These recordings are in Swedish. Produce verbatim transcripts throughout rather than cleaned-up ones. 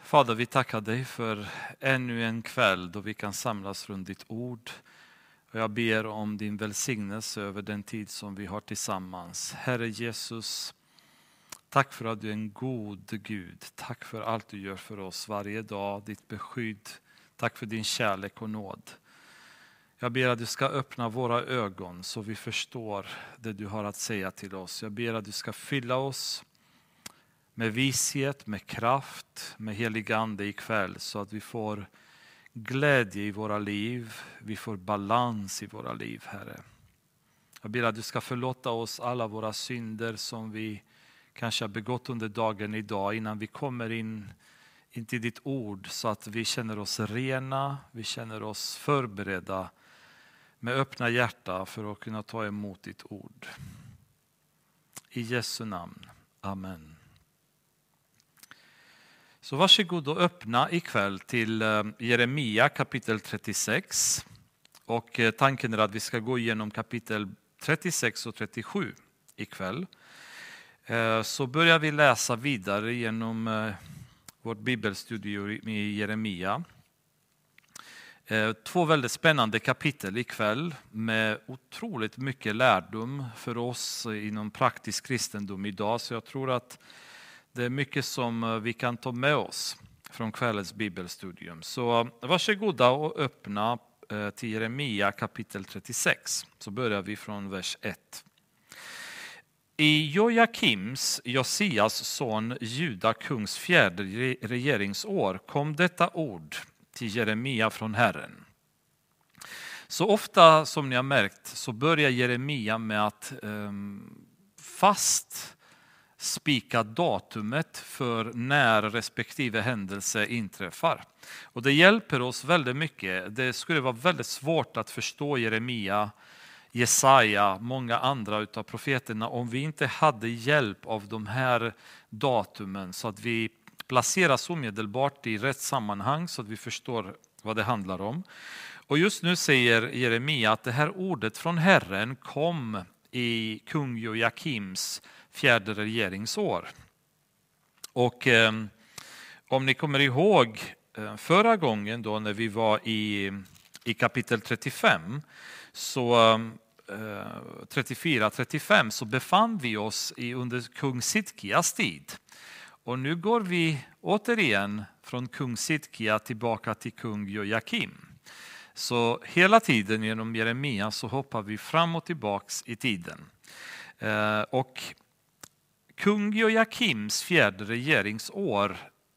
Fader, vi tackar dig för ännu en kväll då vi kan samlas runt ditt ord. Och jag ber om din välsignelse över den tid som vi har tillsammans. Herre Jesus, tack för att du är en god Gud. Tack för allt du gör för oss varje dag, ditt beskydd. Tack för din kärlek och nåd. Jag ber att du ska öppna våra ögon så vi förstår det du har att säga till oss. Jag ber att du ska fylla oss med vishet, med kraft, med helig ande ikväll så att vi får glädje i våra liv. Vi får balans i våra liv, Herre. Jag ber att du ska förlåta oss alla våra synder som vi kanske har begått under dagen idag innan vi kommer in, in till ditt ord så att vi känner oss rena, vi känner oss förberedda med öppna hjärta för att kunna ta emot ditt ord. I Jesu namn. Amen. Så varsågod och öppna ikväll till Jeremia kapitel trettiosex. Och tanken är att vi ska gå igenom kapitel trettiosex och trettiosju ikväll. Så börjar vi läsa vidare genom vårt bibelstudio i Jeremia. Två väldigt spännande kapitel ikväll med otroligt mycket lärdom för oss inom praktisk kristendom idag. Så jag tror att det är mycket som vi kan ta med oss från kvällens bibelstudium. Så varsågoda och öppna till Jeremia kapitel trettiosex. Så börjar vi från vers ett. I Jojakims, Josias son, Juda kungs fjärde regeringsår kom detta ord till Jeremia från Herren. Så ofta som ni har märkt så börjar Jeremia med att um, fast spika datumet för när respektive händelse inträffar. Och det hjälper oss väldigt mycket. Det skulle vara väldigt svårt att förstå Jeremia, Jesaja, många andra utav profeterna om vi inte hade hjälp av de här datumen så att vi placeras omedelbart i rätt sammanhang så att vi förstår vad det handlar om. Och just nu säger Jeremia att det här ordet från Herren kom i kung Jojakims fjärde regeringsår. Och eh, om ni kommer ihåg eh, förra gången då när vi var i, i kapitel trettiofem så eh, trettiofyra trettiofem så befann vi oss i under kung Sidkias tid. Och nu går vi återigen från kung Sidkia tillbaka till kung Jojakim. Så hela tiden genom Jeremia så hoppar vi fram och tillbaks i tiden. Eh, och kung Jojakims fjärde regeringsår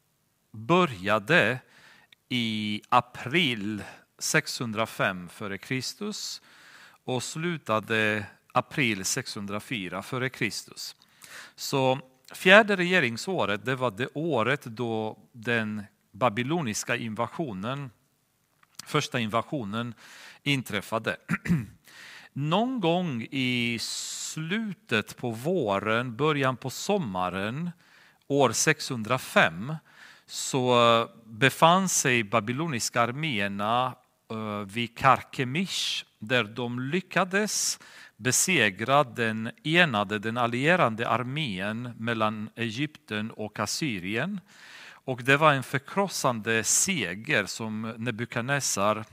började i april sexhundrafem före Kristus och slutade april sexhundrafyra före Kristus. Så fjärde regeringsåret, det var det året då den babyloniska invasionen, första invasionen inträffade. Någon gång i slutet på våren, början på sommaren år sexhundrafem så befann sig babyloniska arméerna vid Karkemish där de lyckades besegra den enade, den allierande armén mellan Egypten och Assyrien. Och det var en förkrossande seger som Nebukadnessar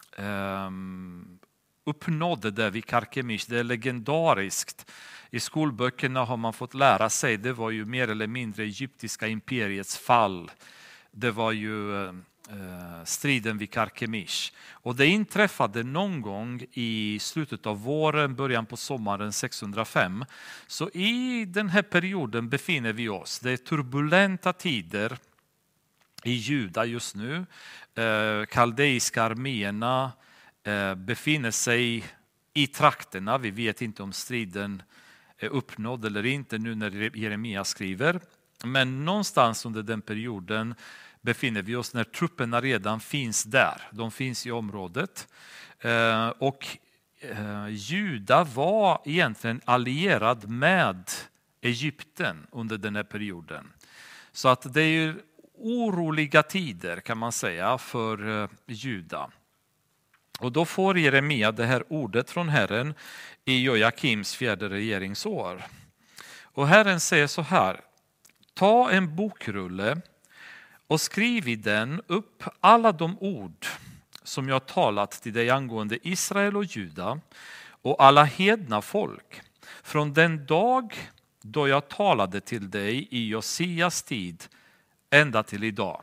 um, uppnådde där vid Karkemish. Det är legendariskt. I skolböckerna har man fått lära sig, det var ju mer eller mindre egyptiska imperiets fall. Det var ju eh, striden vid Karkemish. Och det inträffade någon gång i slutet av våren, början på sommaren sexhundrafem. Så i den här perioden befinner vi oss. Det är turbulenta tider i Juda just nu. Eh, kaldeiska arméerna eh, befinner sig i trakterna. Vi vet inte om striden är uppnådd eller inte nu när Jeremia skriver. Men någonstans under den perioden befinner vi oss när trupperna redan finns där. De finns i området. Eh, och eh, Juda var egentligen allierad med Egypten under den här perioden. Så att det är ju oroliga tider kan man säga för eh, Juda. Och då får Jeremia det här ordet från Herren i Jojakims fjärde regeringsår. Och Herren säger så här: ta en bokrulle och skriv i den upp alla de ord som jag talat till dig angående Israel och Juda och alla hedna folk från den dag då jag talade till dig i Josias tid ända till idag.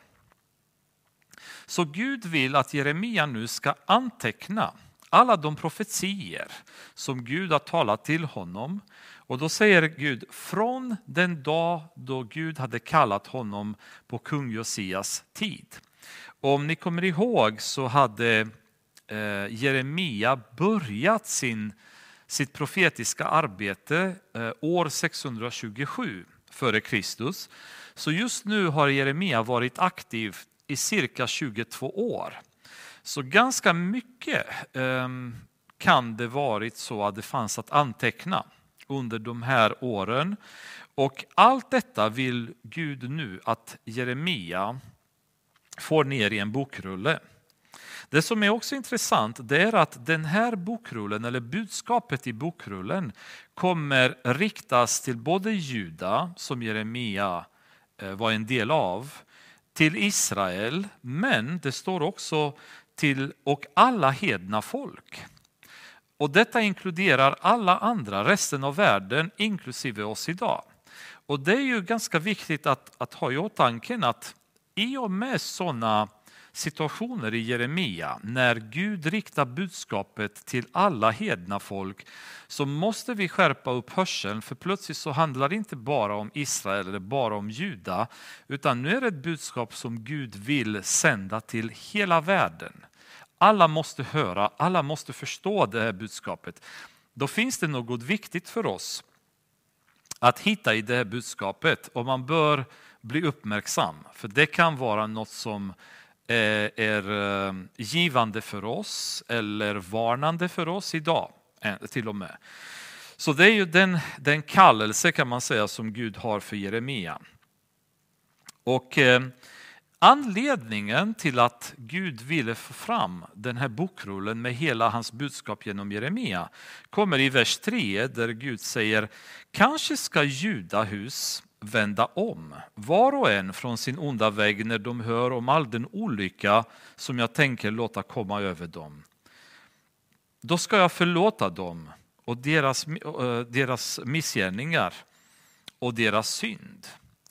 Så Gud vill att Jeremia nu ska anteckna alla de profetier som Gud har talat till honom. Och då säger Gud, från den dag då Gud hade kallat honom på kung Josias tid. Och om ni kommer ihåg så hade eh, Jeremia börjat sin, sitt profetiska arbete eh, år sexhundratjugosju före Kristus. Så just nu har Jeremia varit aktiv i cirka tjugotvå år. Så ganska mycket eh, kan det varit så att det fanns att anteckna under de här åren. Och allt detta vill Gud nu att Jeremia får ner i en bokrulle. Det som är också intressant det är att den här bokrullen eller budskapet i bokrullen kommer riktas till både Juda som Jeremia var en del av, till Israel, men det står också till och alla hedna folk. Och detta inkluderar alla andra, resten av världen, inklusive oss idag. Och det är ju ganska viktigt att, att ha i åtanke att i och med sådana situationer i Jeremia, när Gud riktar budskapet till alla hedna folk, så måste vi skärpa upp hörseln, för plötsligt så handlar det inte bara om Israel eller bara om Juda, utan nu är det ett budskap som Gud vill sända till hela världen. Alla måste höra, alla måste förstå det här budskapet. Då finns det något viktigt för oss att hitta i det här budskapet, och man bör bli uppmärksam, för det kan vara något som är givande för oss eller varnande för oss idag till och med. Så det är ju den, den kallelse kan man säga som Gud har för Jeremia. Och eh, anledningen till att Gud ville få fram den här bokrullen med hela hans budskap genom Jeremia kommer i vers tre, där Gud säger: kanske ska Judahus vända om, var och en från sin onda väg, när de hör om all den olycka som jag tänker låta komma över dem. Då ska jag förlåta dem och deras, deras missgärningar och deras synd.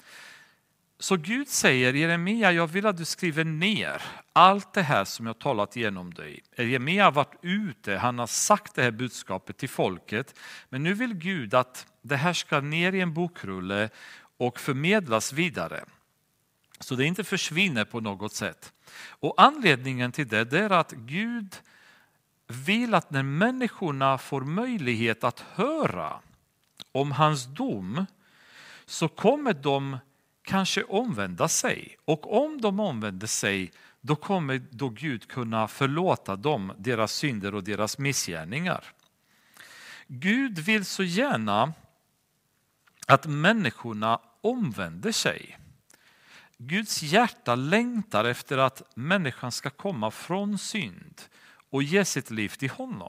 Så Gud säger: Jeremia, jag vill att du skriver ner allt det här som jag talat igenom dig. Jeremia har varit ute, han har sagt det här budskapet till folket, men nu vill Gud att det här ska ner i en bokrulle och förmedlas vidare, så det inte försvinner på något sätt. Och anledningen till det, det är att Gud vill att när människorna får möjlighet att höra om hans dom, så kommer de kanske omvända sig. Och om de omvänder sig, då kommer då Gud kunna förlåta dem deras synder och deras missgärningar. Gud vill så gärna att människorna omvänder sig. Guds hjärta längtar efter att människan ska komma från synd och ge sitt liv till honom.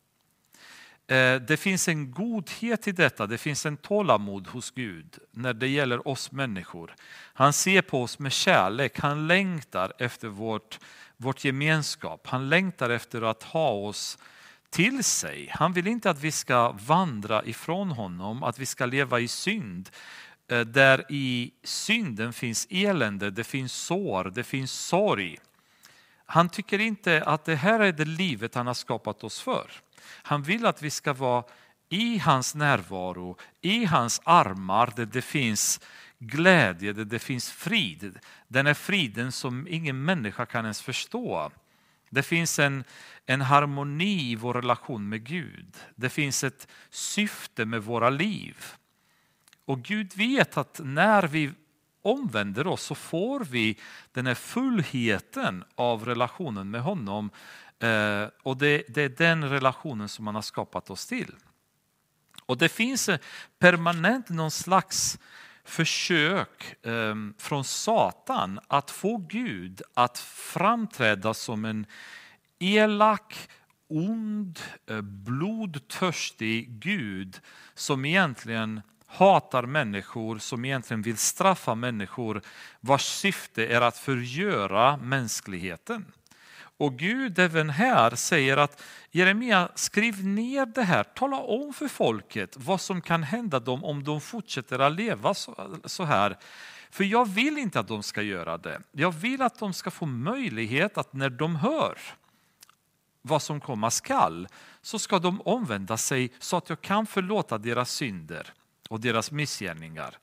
Det finns en godhet i detta, det finns en tålamod hos Gud när det gäller oss människor. Han ser på oss med kärlek, han längtar efter vårt, vårt gemenskap, han längtar efter att ha oss till sig. Han vill inte att vi ska vandra ifrån honom, att vi ska leva i synd. Där i synden finns elände, det finns sår, det finns sorg. Han tycker inte att det här är det livet han har skapat oss för. Han vill att vi ska vara i hans närvaro, i hans armar, där det finns glädje, där det finns frid. Den är friden som ingen människa kan ens förstå. Det finns en, en harmoni i vår relation med Gud. Det finns ett syfte med våra liv. Och Gud vet att när vi omvänder oss så får vi den här fullheten av relationen med honom. Eh, och det, det är den relationen som han har skapat oss till. Och det finns permanent någon slags försök eh, från Satan att få Gud att framträda som en elak, ond, blodtörstig Gud som egentligen hatar människor, som egentligen vill straffa människor vars syfte är att förgöra mänskligheten. Och Gud även här säger att Jeremia, skriv ner det här, tala om för folket vad som kan hända dem om de fortsätter att leva så här. För jag vill inte att de ska göra det. Jag vill att de ska få möjlighet att när de hör vad som komma skall, så ska de omvända sig så att jag kan förlåta deras synder och deras missgärningar.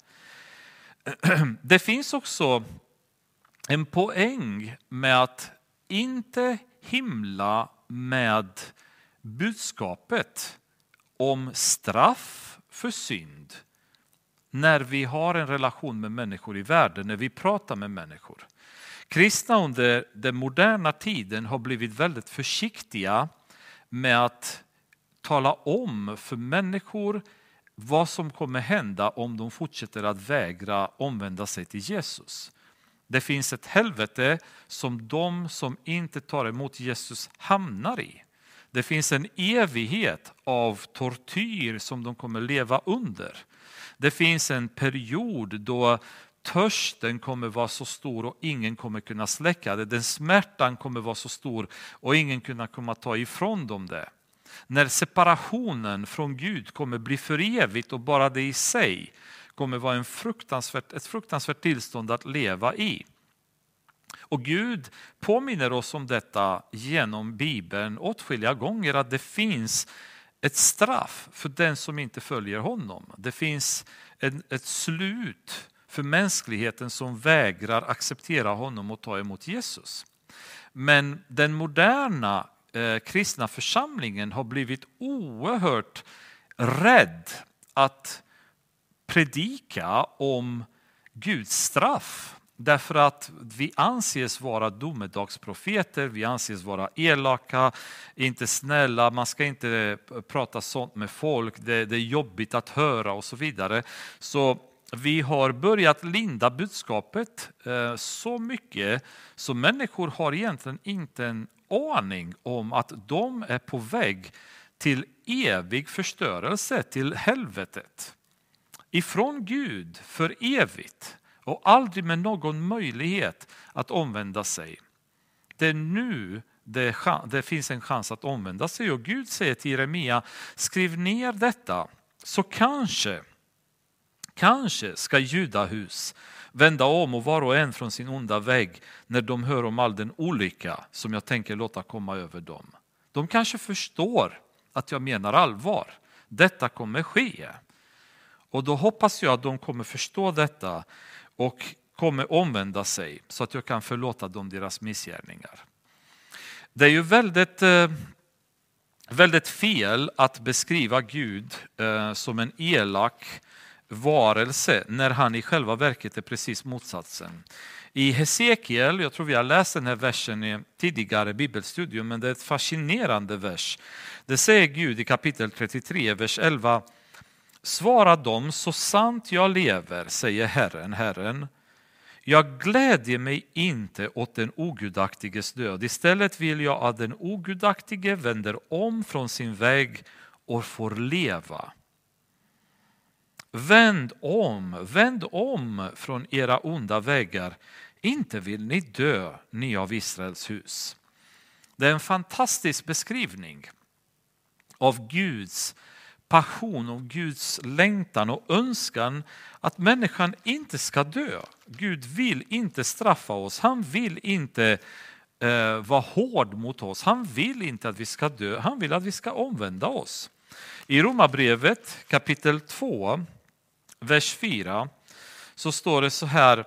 Det finns också en poäng med att inte himla med budskapet om straff för synd när vi har en relation med människor i världen, när vi pratar med människor. Kristna under den moderna tiden har blivit väldigt försiktiga med att tala om för människor vad som kommer hända om de fortsätter att vägra omvända sig till Jesus. Det finns ett helvete som de som inte tar emot Jesus hamnar i. Det finns en evighet av tortyr som de kommer leva under. Det finns en period då törsten kommer vara så stor och ingen kommer kunna släcka det. Den smärtan kommer vara så stor och ingen kunna komma ta ifrån dem det. När separationen från Gud kommer bli för evigt och bara det i sig kommer vara en fruktansvärt, ett fruktansvärt tillstånd att leva i. Och Gud påminner oss om detta genom Bibeln åtskilliga gånger, att det finns ett straff för den som inte följer honom. Det finns en, ett slut för mänskligheten som vägrar acceptera honom och ta emot Jesus. Men den moderna eh, kristna församlingen har blivit oerhört rädd att predika om Guds straff. Därför att vi anses vara domedagsprofeter, vi anses vara elaka, inte snälla, man ska inte prata sånt med folk, det, det är jobbigt att höra och så vidare. Så vi har börjat linda budskapet eh, så mycket så människor har egentligen inte en aning om att de är på väg till evig förstörelse, till helvetet. Ifrån Gud för evigt. Och aldrig med någon möjlighet att omvända sig. Det är nu det, det finns en chans att omvända sig. Och Gud säger till Jeremia, skriv ner detta. Så kanske, kanske ska judahus vända om och var och en från sin onda väg när de hör om all den olycka som jag tänker låta komma över dem. De kanske förstår att jag menar allvar. Detta kommer ske. Och då hoppas jag att de kommer förstå detta och kommer omvända sig så att jag kan förlåta dem deras missgärningar. Det är ju väldigt, väldigt fel att beskriva Gud som en elak varelse när han i själva verket är precis motsatsen. I Hesekiel, jag tror vi har läst den här versen i tidigare bibelstudium, men det är ett fascinerande vers. Det säger Gud i kapitel trettiotre, vers elva. Svara dem, så sant jag lever, säger Herren, Herren. Jag glädjer mig inte åt den ogudaktiges död. Istället vill jag att den ogudaktige vänder om från sin väg och får leva. Vänd om, vänd om från era onda vägar. Inte vill ni dö, ni av Israels hus. Det är en fantastisk beskrivning av Guds passion och Guds längtan och önskan att människan inte ska dö. Gud vill inte straffa oss. Han vill inte eh, vara hård mot oss. Han vill inte att vi ska dö. Han vill att vi ska omvända oss. I Romarbrevet kapitel två, vers fyra så står det så här.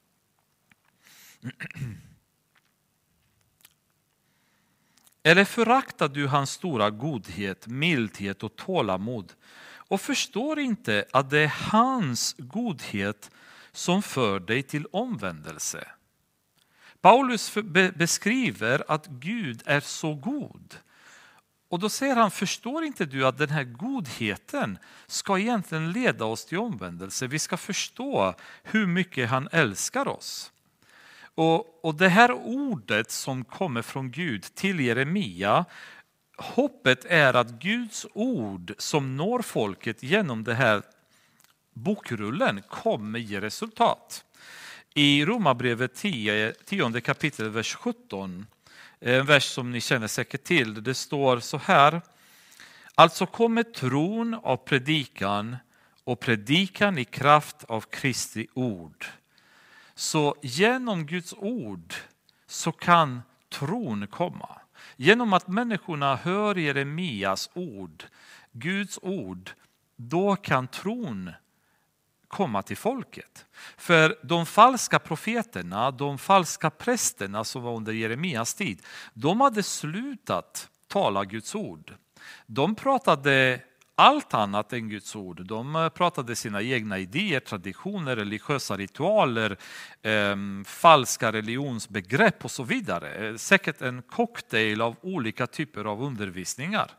Eller föraktar du hans stora godhet, mildhet och tålamod och förstår inte att det är hans godhet som för dig till omvändelse? Paulus beskriver att Gud är så god. Och då säger han, förstår inte du att den här godheten ska egentligen leda oss till omvändelse? Vi ska förstå hur mycket han älskar oss. Och, och det här ordet som kommer från Gud till Jeremia, hoppet är att Guds ord som når folket genom det här bokrullen kommer ge resultat. I Romarbrevet tio, tionde kapitel, vers sjutton, en vers som ni känner säkert till, det står så här: alltså kommer tron av predikan och predikan i kraft av Kristi ord. Så genom Guds ord så kan tron komma. Genom att människorna hör Jeremias ord, Guds ord, då kan tron komma till folket. För de falska profeterna, de falska prästerna som var under Jeremias tid, de hade slutat tala Guds ord. De pratade allt annat än Guds ord. De pratade sina egna idéer, traditioner, religiösa ritualer, eh, falska religionsbegrepp och så vidare. Säkert en cocktail av olika typer av undervisningar.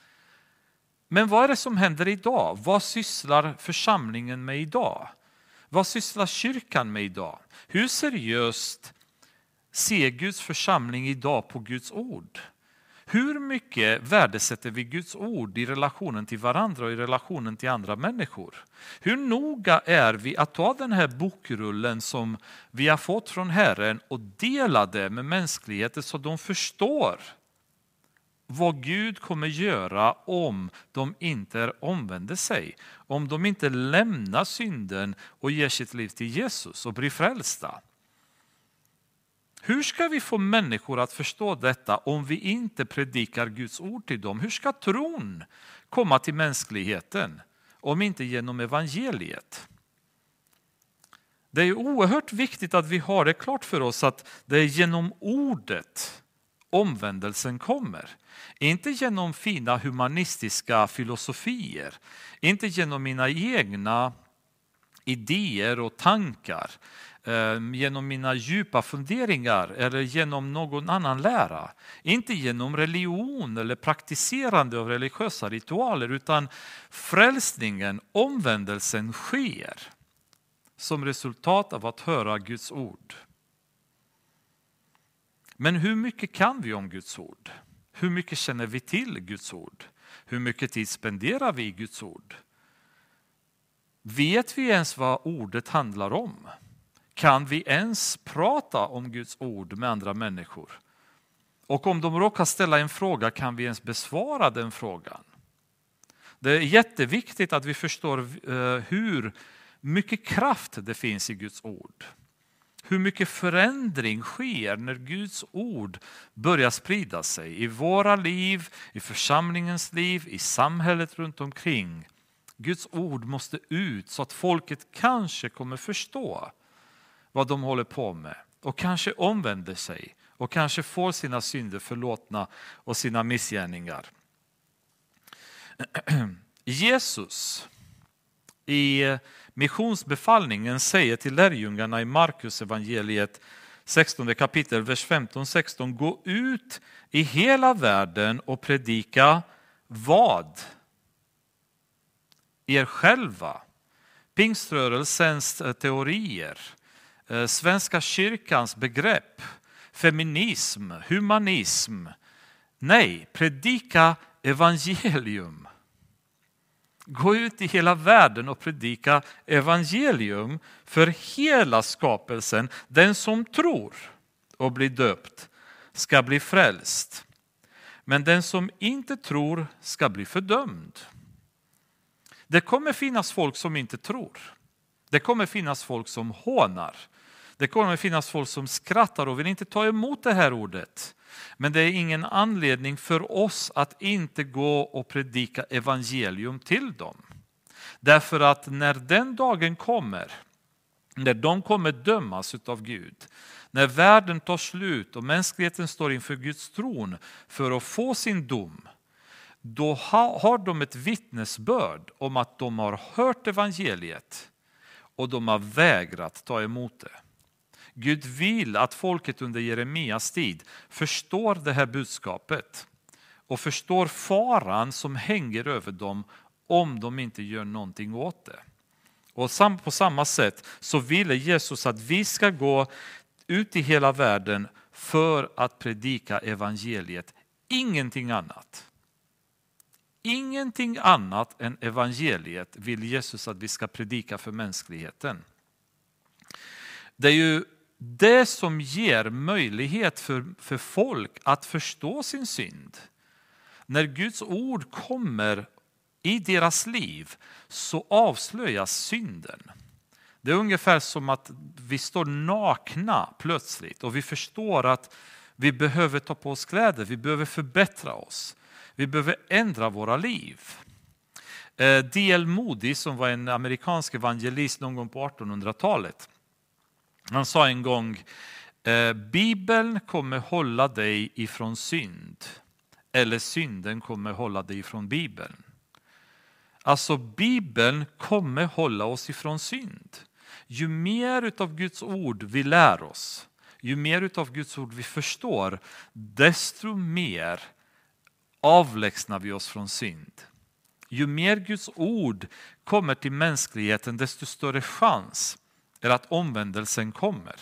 Men vad är det som händer idag? Vad sysslar församlingen med idag? Vad sysslar kyrkan med idag? Hur seriöst ser Guds församling idag på Guds ord? Hur mycket värdesätter vi Guds ord i relationen till varandra och i relationen till andra människor? Hur noga är vi att ta den här bokrullen som vi har fått från Herren och dela det med mänskligheten så de förstår vad Gud kommer göra om de inte omvänder sig, om de inte lämnar synden och ger sitt liv till Jesus och blir frälsta. Hur ska vi få människor att förstå detta om vi inte predikar Guds ord till dem? Hur ska tron komma till mänskligheten om inte genom evangeliet? Det är oerhört viktigt att vi har det klart för oss att det är genom ordet omvändelsen kommer. Inte genom fina humanistiska filosofier, inte genom mina egna idéer och tankar, genom mina djupa funderingar eller genom någon annan lära. Inte genom religion eller praktiserande av religiösa ritualer, utan frälsningen, omvändelsen sker som resultat av att höra Guds ord. Men hur mycket kan vi om Guds ord? Hur mycket känner vi till Guds ord? Hur mycket tid spenderar vi i Guds ord? Vet vi ens vad ordet handlar om? Kan vi ens prata om Guds ord med andra människor? Och om de råkar ställa en fråga, kan vi ens besvara den frågan? Det är jätteviktigt att vi förstår hur mycket kraft det finns i Guds ord. Hur mycket förändring sker när Guds ord börjar sprida sig i våra liv, i församlingens liv, i samhället runt omkring. Guds ord måste ut så att folket kanske kommer förstå vad de håller på med och kanske omvänder sig och kanske får sina synder förlåtna och sina missgärningar. Jesus i missionsbefallningen säger till lärjungarna i Markus evangeliet sextonde kapitel, vers femton sexton: gå ut i hela världen och predika vad? Er själva. Pingströrelsens teorier, Svenska kyrkans begrepp, feminism, humanism. Nej, predika evangelium. Gå ut i hela världen och predika evangelium för hela skapelsen. Den som tror och blir döpt ska bli frälst. Men den som inte tror ska bli fördömd. Det kommer finnas folk som inte tror. Det kommer finnas folk som hånar. Det kommer finnas folk som skrattar och vill inte ta emot det här ordet. Men det är ingen anledning för oss att inte gå och predika evangelium till dem. Därför att när den dagen kommer, när de kommer dömas av Gud, när världen tar slut och mänskligheten står inför Guds tron för att få sin dom, då har de ett vittnesbörd om att de har hört evangeliet och de har vägrat ta emot det. Gud vill att folket under Jeremias tid förstår det här budskapet och förstår faran som hänger över dem om de inte gör någonting åt det. Och på samma sätt så ville Jesus att vi ska gå ut i hela världen för att predika evangeliet. Ingenting annat. ingenting annat än evangeliet vill Jesus att vi ska predika för mänskligheten. Det är ju det som ger möjlighet för, för folk att förstå sin synd. När Guds ord kommer i deras liv så avslöjas synden. Det är ungefär som att vi står nakna plötsligt och vi förstår att vi behöver ta på oss kläder, vi behöver förbättra oss, vi behöver ändra våra liv. D L Moody, som var en amerikansk evangelist någon gång på artonhundratalet, han sa en gång: Bibeln kommer hålla dig ifrån synd, eller synden kommer hålla dig ifrån Bibeln. Alltså Bibeln kommer hålla oss ifrån synd. Ju mer utav Guds ord vi lär oss, ju mer utav Guds ord vi förstår, desto mer avlägsnar vi oss från synd. Ju mer Guds ord kommer till mänskligheten, desto större chans är att omvändelsen kommer.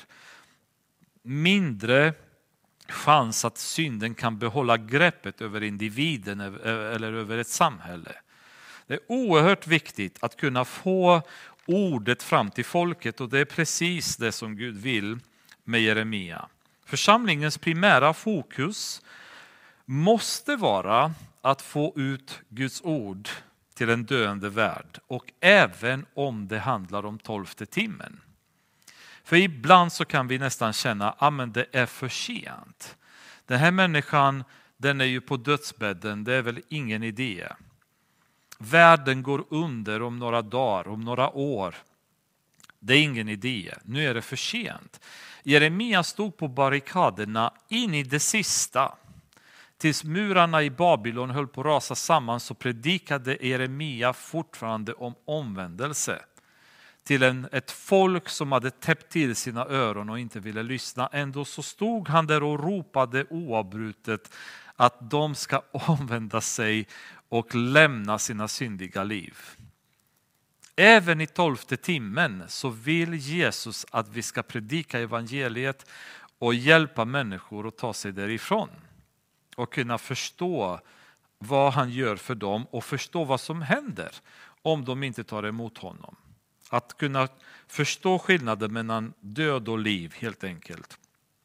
Mindre chans att synden kan behålla greppet över individen eller över ett samhälle. Det är oerhört viktigt att kunna få ordet fram till folket, och det är precis det som Gud vill med Jeremia. Församlingens primära fokus måste vara att få ut Guds ord till en döende värld, och även om det handlar om tolfte timmen. För ibland så kan vi nästan känna att ah, men det är för sent. Den här människan, den är ju på dödsbädden, det är väl ingen idé. Världen går under om några dagar, om några år. Det är ingen idé, nu är det för sent. Jeremia stod på barrikaderna in i det sista. Tills murarna i Babylon höll på att rasa samman så predikade Jeremia fortfarande om omvändelse. Till en, ett folk som hade täppt till sina öron och inte ville lyssna. Ändå så stod han där och ropade oavbrutet att de ska omvända sig och lämna sina syndiga liv. Även i tolfte timmen så vill Jesus att vi ska predika evangeliet och hjälpa människor att ta sig därifrån. Och kunna förstå vad han gör för dem och förstå vad som händer om de inte tar emot honom. Att kunna förstå skillnaden mellan död och liv helt enkelt.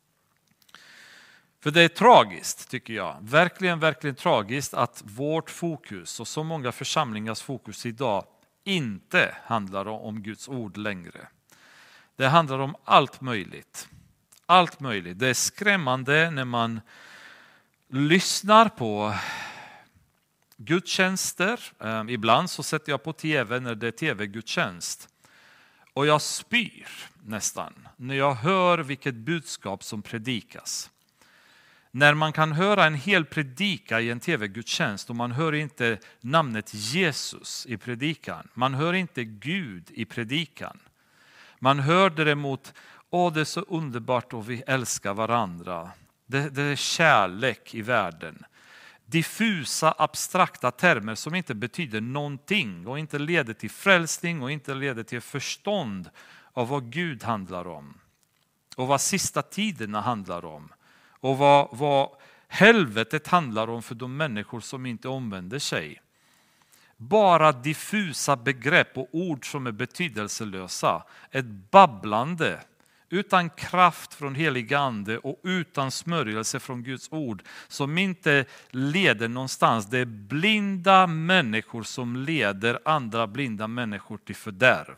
För det är tragiskt tycker jag. Verkligen, verkligen tragiskt att vårt fokus och så många församlingars fokus idag inte handlar om Guds ord längre. Det handlar om allt möjligt. Allt möjligt. Det är skrämmande när man lyssnar på gudstjänster. Ibland så sätter jag på tv när det är tv-gudstjänst. Och jag spyr nästan när jag hör vilket budskap som predikas. När man kan höra en hel predika i en tv-gudstjänst och man hör inte namnet Jesus i predikan. Man hör inte Gud i predikan. Man hör däremot, åh det är så underbart och vi älskar varandra. Det, det är kärlek i världen. Diffusa, abstrakta termer som inte betyder någonting och inte leder till frälsning och inte leder till förstånd av vad Gud handlar om. Och vad sista tiderna handlar om. Och vad, vad helvetet handlar om för de människor som inte omvänder sig. Bara diffusa begrepp och ord som är betydelselösa. Ett babblande utan kraft från helig ande och utan smörjelse från Guds ord som inte leder någonstans. Det är blinda människor som leder andra blinda människor till fördärv.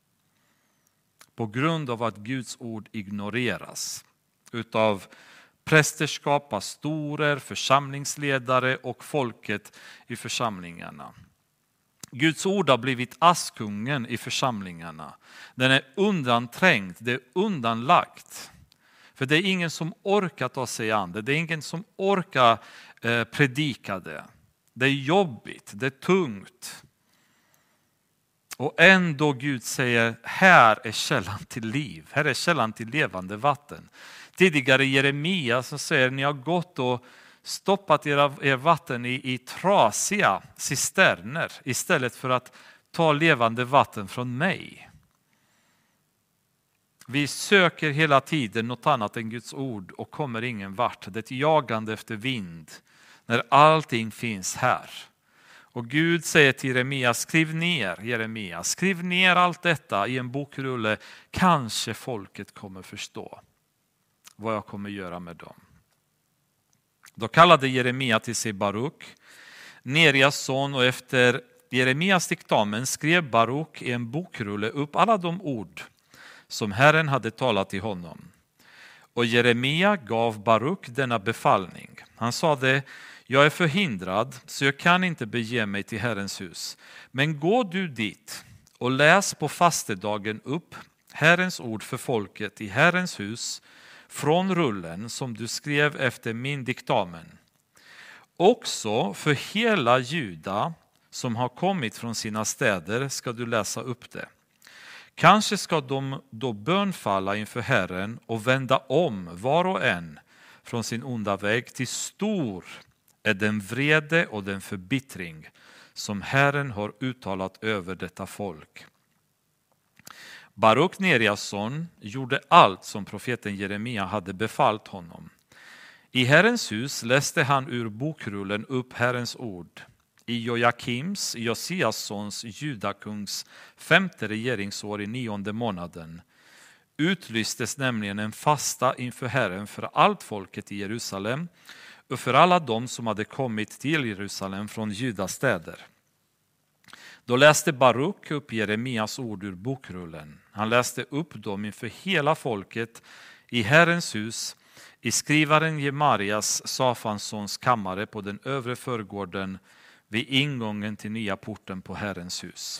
På grund av att Guds ord ignoreras utav prästerskap, pastorer, församlingsledare och folket i församlingarna. Guds ord har blivit askungen i församlingarna. Den är undanträngd, det är undanlagt. För det är ingen som orkar ta sig an det. Det är ingen som orkar eh, predika det. Det är jobbigt, det är tungt. Och ändå Gud säger, här är källan till liv. Här är källan till levande vatten. Tidigare i Jeremia så säger ni har gått och stoppat era, er vatten i, i trasiga cisterner istället för att ta levande vatten från mig. Vi söker hela tiden något annat än Guds ord och kommer ingen vart. Det är ett jagande efter vind när allting finns här. Och Gud säger till Jeremia, skriv ner Jeremia, skriv ner allt detta i en bokrulle. Kanske folket kommer förstå vad jag kommer göra med dem. Då kallade Jeremia till sig Baruk, Nerias son, och efter Jeremias diktamen skrev Baruk i en bokrulle upp alla de ord som Herren hade talat till honom. Och Jeremia gav Baruk denna befallning. Han sade, jag är förhindrad så jag kan inte bege mig till Herrens hus. Men gå du dit och läs på fastedagen upp Herrens ord för folket i Herrens hus från rullen som du skrev efter min diktamen. Också för hela Juda som har kommit från sina städer ska du läsa upp det. Kanske ska de då bönfalla inför Herren och vända om var och en från sin onda väg. Till stor är den vrede och den förbittring som Herren har uttalat över detta folk. Baruk, Nerias son, gjorde allt som profeten Jeremia hade befallt honom. I Herrens hus läste han ur bokrullen upp Herrens ord. I Joakims, Josias sons, judakungs femte regeringsår i nionde månaden utlystes nämligen en fasta inför Herren för allt folket i Jerusalem och för alla de som hade kommit till Jerusalem från Judas städer. Då läste Baruk upp Jeremias ord ur bokrullen. Han läste upp dem inför hela folket i Herrens hus, i skrivaren Gemarias, Safans sons kammare på den övre förgården vid ingången till nya porten på Herrens hus.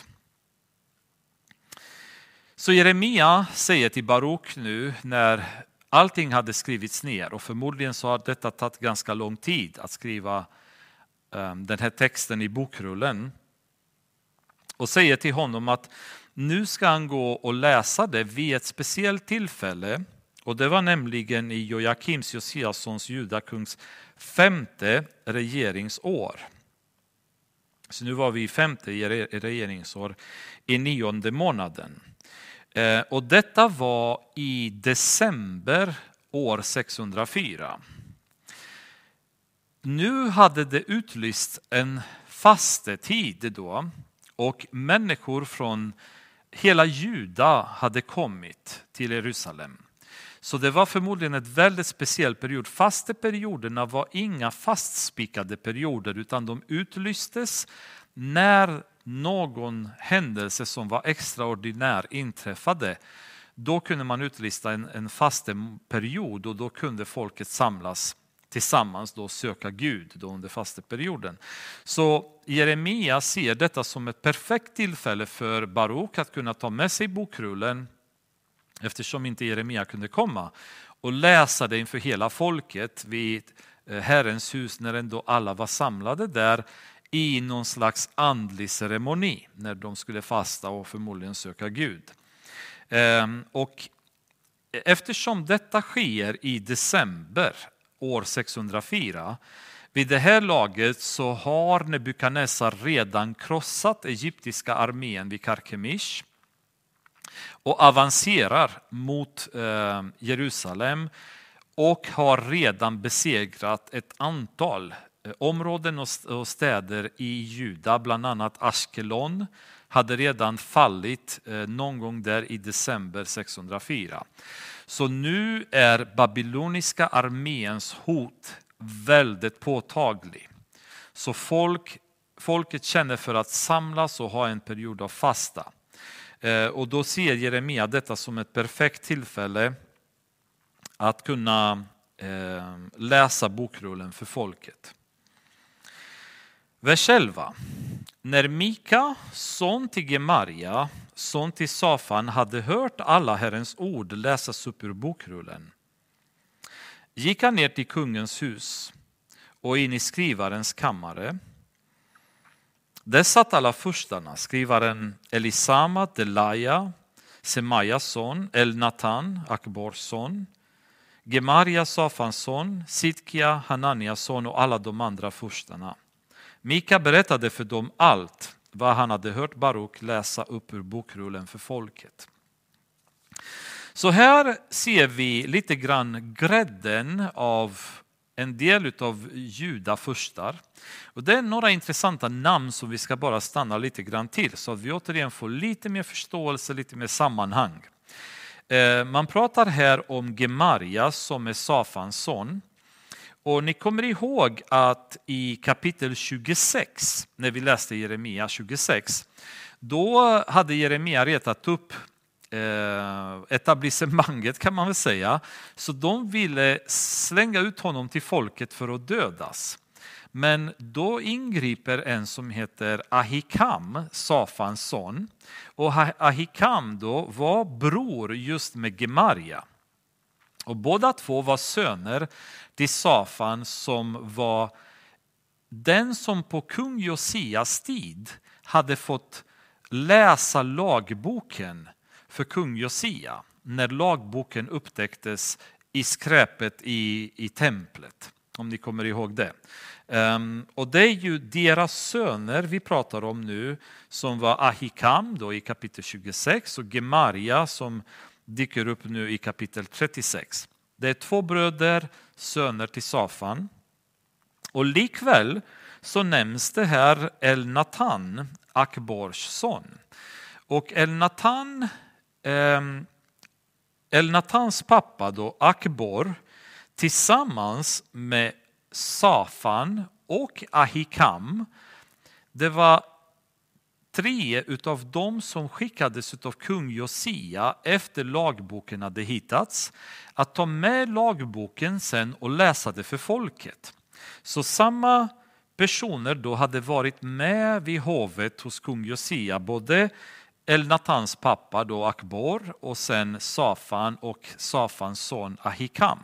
Så Jeremia säger till Baruk nu när allting hade skrivits ner, och förmodligen så har detta tagit ganska lång tid att skriva um, den här texten i bokrullen, och säger till honom att nu ska han gå och läsa det vid ett speciellt tillfälle, och det var nämligen i Joakims, Josias sons, judakungs femte regeringsår. Så nu var vi i femte regeringsår i nionde månaden. Eh, och detta var i december år sexhundrafyra. Nu hade det utlyst en fastetid då, och människor från hela Juda hade kommit till Jerusalem. Så det var förmodligen ett väldigt speciell period. Fasteperioderna var inga fastspikade perioder, utan de utlystes när någon händelse som var extraordinär inträffade. Då kunde man utlysta en, en fasteperiod, och då kunde folket samlas tillsammans och söka Gud då under fasteperioden. Så Jeremia ser detta som ett perfekt tillfälle för Baruk att kunna ta med sig bokrullen, eftersom inte Jeremia kunde komma, och läsa det inför hela folket vid Herrens hus när ändå alla var samlade där i någon slags andlig ceremoni när de skulle fasta och förmodligen söka Gud. Och eftersom detta sker i december år sexhundrafyra, vid det här laget så har Nebukadnessar redan krossat egyptiska armén vid Karkemish och avancerar mot eh, Jerusalem och har redan besegrat ett antal eh, områden och, och städer i Juda, bland annat Ashkelon hade redan fallit eh, någon gång där i december sexhundrafyra. Så nu är babyloniska arméns hot väldigt påtaglig. Så folk, folket känner för att samlas och ha en period av fasta. Eh, och då ser Jeremia detta som ett perfekt tillfälle att kunna eh, läsa bokrullen för folket. Vers elva. När Mika, son till Gemaria, son till Safan, hade hört alla Herrens ord läsas upp ur bokrullen, gick han ner till kungens hus och in i skrivarens kammare. Där satt alla furstarna, skrivaren Elisama, Delaja, Semajas son, Elnatan, Akbors son, Gemaria, Safans son, Sidkia, Hananias son och alla de andra furstarna. Mika berättade för dem allt vad han hade hört Baruk läsa upp ur bokrullen för folket. Så här ser vi lite grann grädden av en del av judafurstar. Och det är några intressanta namn som vi ska bara stanna lite grann till så att vi återigen får lite mer förståelse, lite mer sammanhang. Man pratar här om Gemaria som är Safans son. Och ni kommer ihåg att i kapitel tjugosex, när vi läste Jeremia tjugosex, då hade Jeremia retat upp etablissemanget kan man väl säga. Så de ville slänga ut honom till folket för att dödas. Men då ingriper en som heter Ahikam, Safans son. Och Ahikam då var bror just med Gemaria. Och båda två var söner till Safan som var den som på kung Josias tid hade fått läsa lagboken för kung Josia när lagboken upptäcktes i skräpet i, i templet, om ni kommer ihåg det. Um, och det är ju deras söner vi pratar om nu som var Ahikam då i kapitel tjugosex och Gemaria som dyker upp nu i kapitel trettiosex. Det är två bröder, söner till Safan. Och likväl så nämns det här Elnatan, Akbors son. Och Elnatan, eh, Elnatans pappa då, Akbor, tillsammans med Safan och Ahikam, det var tre utav dem som skickades utav kung Josia efter lagboken hade hittats att ta med lagboken sen och läsa det för folket. Så samma personer då hade varit med vid hovet hos kung Josia, både Elnatans pappa då Akbor och sen Safan och Safans son Ahikam.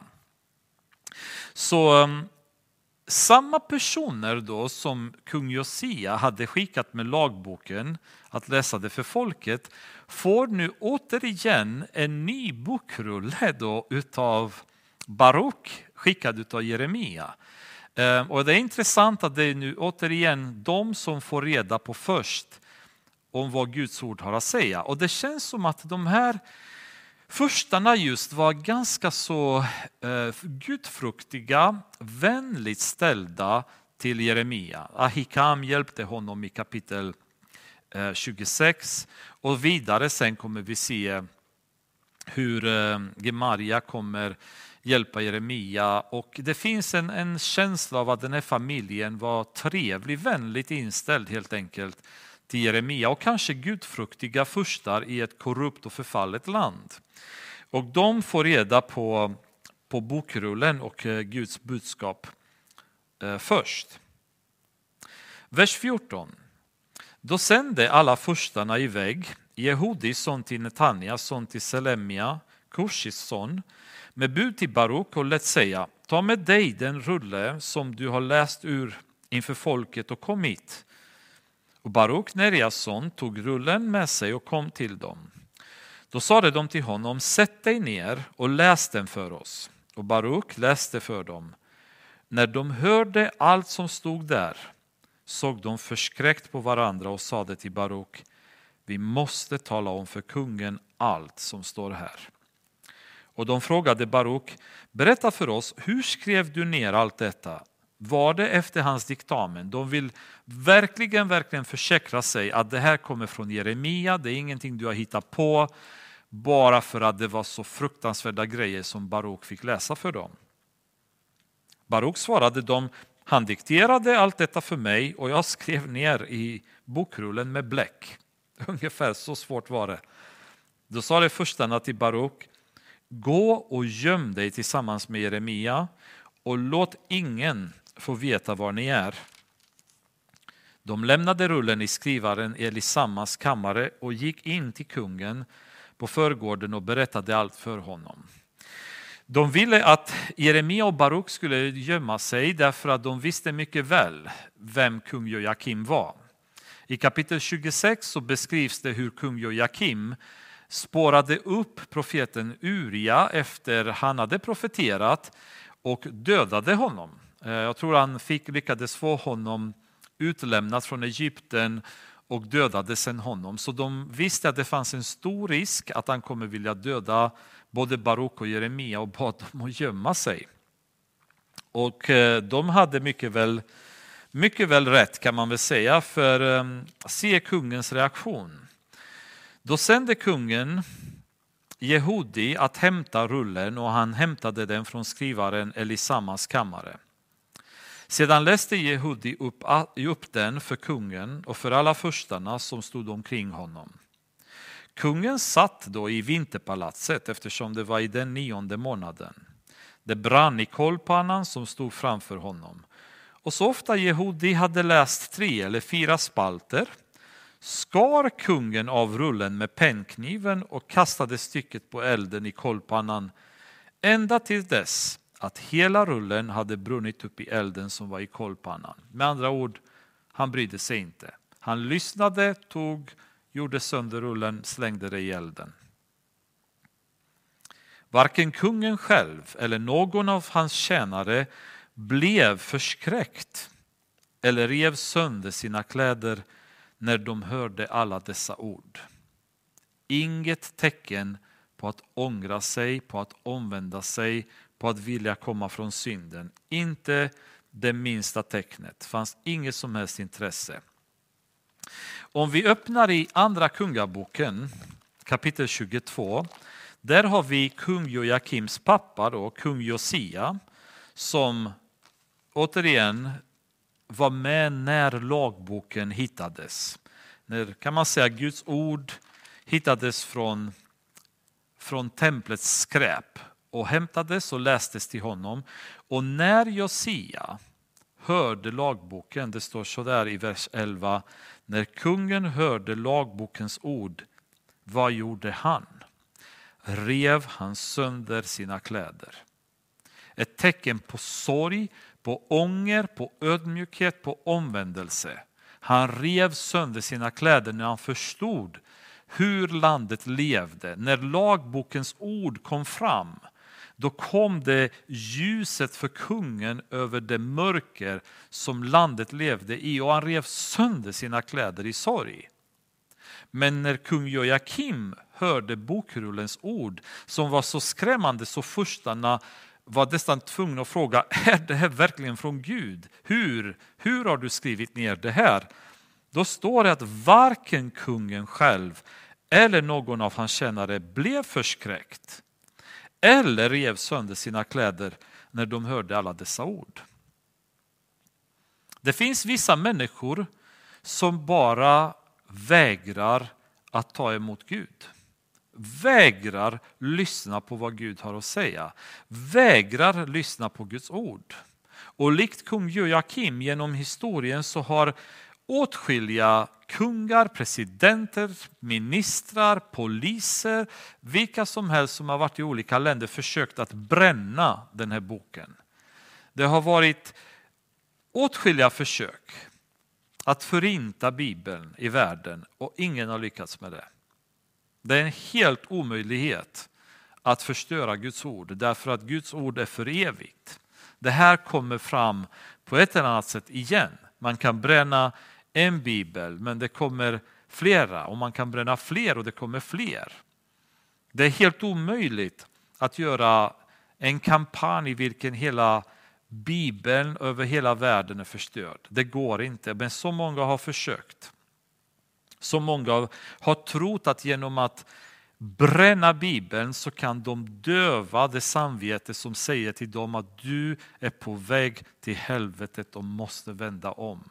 Så samma personer då som kung Josia hade skickat med lagboken att läsa det för folket får nu återigen en ny bokrulle då utav Baruk skickad utav Jeremia. Och det är intressant att det är nu återigen de som får reda på först om vad Guds ord har att säga. Och det känns som att de här förstarna just var ganska så eh, gudfruktiga, vänligt ställda till Jeremia. Ahikam hjälpte honom i kapitel eh, tjugosex och vidare sen kommer vi se hur eh, Gemaria kommer hjälpa Jeremia. Och det finns en, en känsla av att den här familjen var trevlig, vänligt inställd helt enkelt till Jeremia och kanske gudfruktiga furstar i ett korrupt och förfallet land. Och de får reda på, på bokrullen och eh, Guds budskap eh, först. Vers fjorton. Då sände alla furstarna iväg, Jehudi son till Netanja, son till Selemia, Kushis son, med bud till Baruk och lät säga, ta med dig den rulle som du har läst ur inför folket och kom hit. Och Baruk, Nerias son, tog rullen med sig och kom till dem. Då sade de till honom, sätt dig ner och läs den för oss. Och Baruk läste för dem. När de hörde allt som stod där såg de förskräckt på varandra och sade till Baruk, vi måste tala om för kungen allt som står här. Och de frågade Baruk, berätta för oss, hur skrev du ner allt detta? Var det efter hans diktamen? De vill verkligen, verkligen försäkra sig att det här kommer från Jeremia. Det är ingenting du har hittat på bara för att det var så fruktansvärda grejer som Baruk fick läsa för dem. Baruk svarade dem, han dikterade allt detta för mig och jag skrev ner i bokrullen med bläck. Ungefär så svårt var det. Då sa det förstarna till Baruk, gå och göm dig tillsammans med Jeremia och låt ingen få veta var ni är. De lämnade rullen i skrivaren Elisamas kammare och gick in till kungen på förgården och berättade allt för honom. De ville att Jeremia och Baruk skulle gömma sig därför att de visste mycket väl vem kung Joakim var. I kapitel tjugosex så beskrivs det hur kung Joakim spårade upp profeten Uria efter han hade profeterat och dödade honom. Jag tror han fick lyckades få honom utlämnat från Egypten och dödade sen honom. Så de visste att det fanns en stor risk att han kommer vilja döda både Baruk och Jeremia och bad dem att gömma sig. Och de hade mycket väl, mycket väl rätt kan man väl säga, för se kungens reaktion. Då sände kungen Jehudi att hämta rullen och han hämtade den från skrivaren Elisamas kammare. Sedan läste Jehudi upp, upp den för kungen och för alla förstarna som stod omkring honom. Kungen satt då i vinterpalatset eftersom det var i den nionde månaden. Det brann i kolpannan som stod framför honom. Och så ofta Jehudi hade läst tre eller fyra spalter skar kungen av rullen med pennkniven och kastade stycket på elden i kolpannan ända till dess att hela rullen hade brunnit upp i elden som var i kolpannan. Med andra ord, han brydde sig inte. Han lyssnade, tog, gjorde sönder rullen, slängde det i elden. Varken kungen själv eller någon av hans tjänare blev förskräckt eller rev sönder sina kläder när de hörde alla dessa ord. Inget tecken på att ångra sig, på att omvända sig, på att vilja komma från synden. Inte det minsta tecknet. Fanns inget som helst intresse. Om vi öppnar i andra kungaboken, kapitel tjugotvå, där har vi kung Joakims pappa, då, kung Josia, som återigen var med när lagboken hittades. När, kan man säga, Guds ord hittades från, från templets skräp och hämtades och lästes till honom. Och när Josia hörde lagboken, det står så där i vers elva, när kungen hörde lagbokens ord, vad gjorde han? Rev han sönder sina kläder. Ett tecken på sorg, på ånger, på ödmjukhet, på omvändelse. Han rev sönder sina kläder när han förstod hur landet levde. När lagbokens ord kom fram, då kom det ljuset för kungen över det mörker som landet levde i, och han rev sönder sina kläder i sorg. Men när kung Joakim hörde bokrullens ord som var så skrämmande så förstarna var nästan tvungna att fråga, är det här verkligen från Gud? Hur? Hur har du skrivit ner det här? Då står det att varken kungen själv eller någon av hans tjänare blev förskräckt eller rev sönder sina kläder när de hörde alla dessa ord. Det finns vissa människor som bara vägrar att ta emot Gud. Vägrar lyssna på vad Gud har att säga. Vägrar lyssna på Guds ord. Och likt kung Joakim genom historien så har åtskilliga kungar, presidenter, ministrar, poliser, vilka som helst som har varit i olika länder försökt att bränna den här boken. Det har varit åtskilliga försök att förinta Bibeln i världen och ingen har lyckats med det. Det är en helt omöjlighet att förstöra Guds ord därför att Guds ord är för evigt. Det här kommer fram på ett eller annat sätt igen. Man kan bränna en bibel men det kommer flera och man kan bränna fler och det kommer fler. Det är helt omöjligt att göra en kampanj i vilken hela Bibeln över hela världen är förstörd. Det går inte, men så många har försökt. Så många har trott att genom att bränna Bibeln så kan de döva det samvete som säger till dem att du är på väg till helvetet och måste vända om.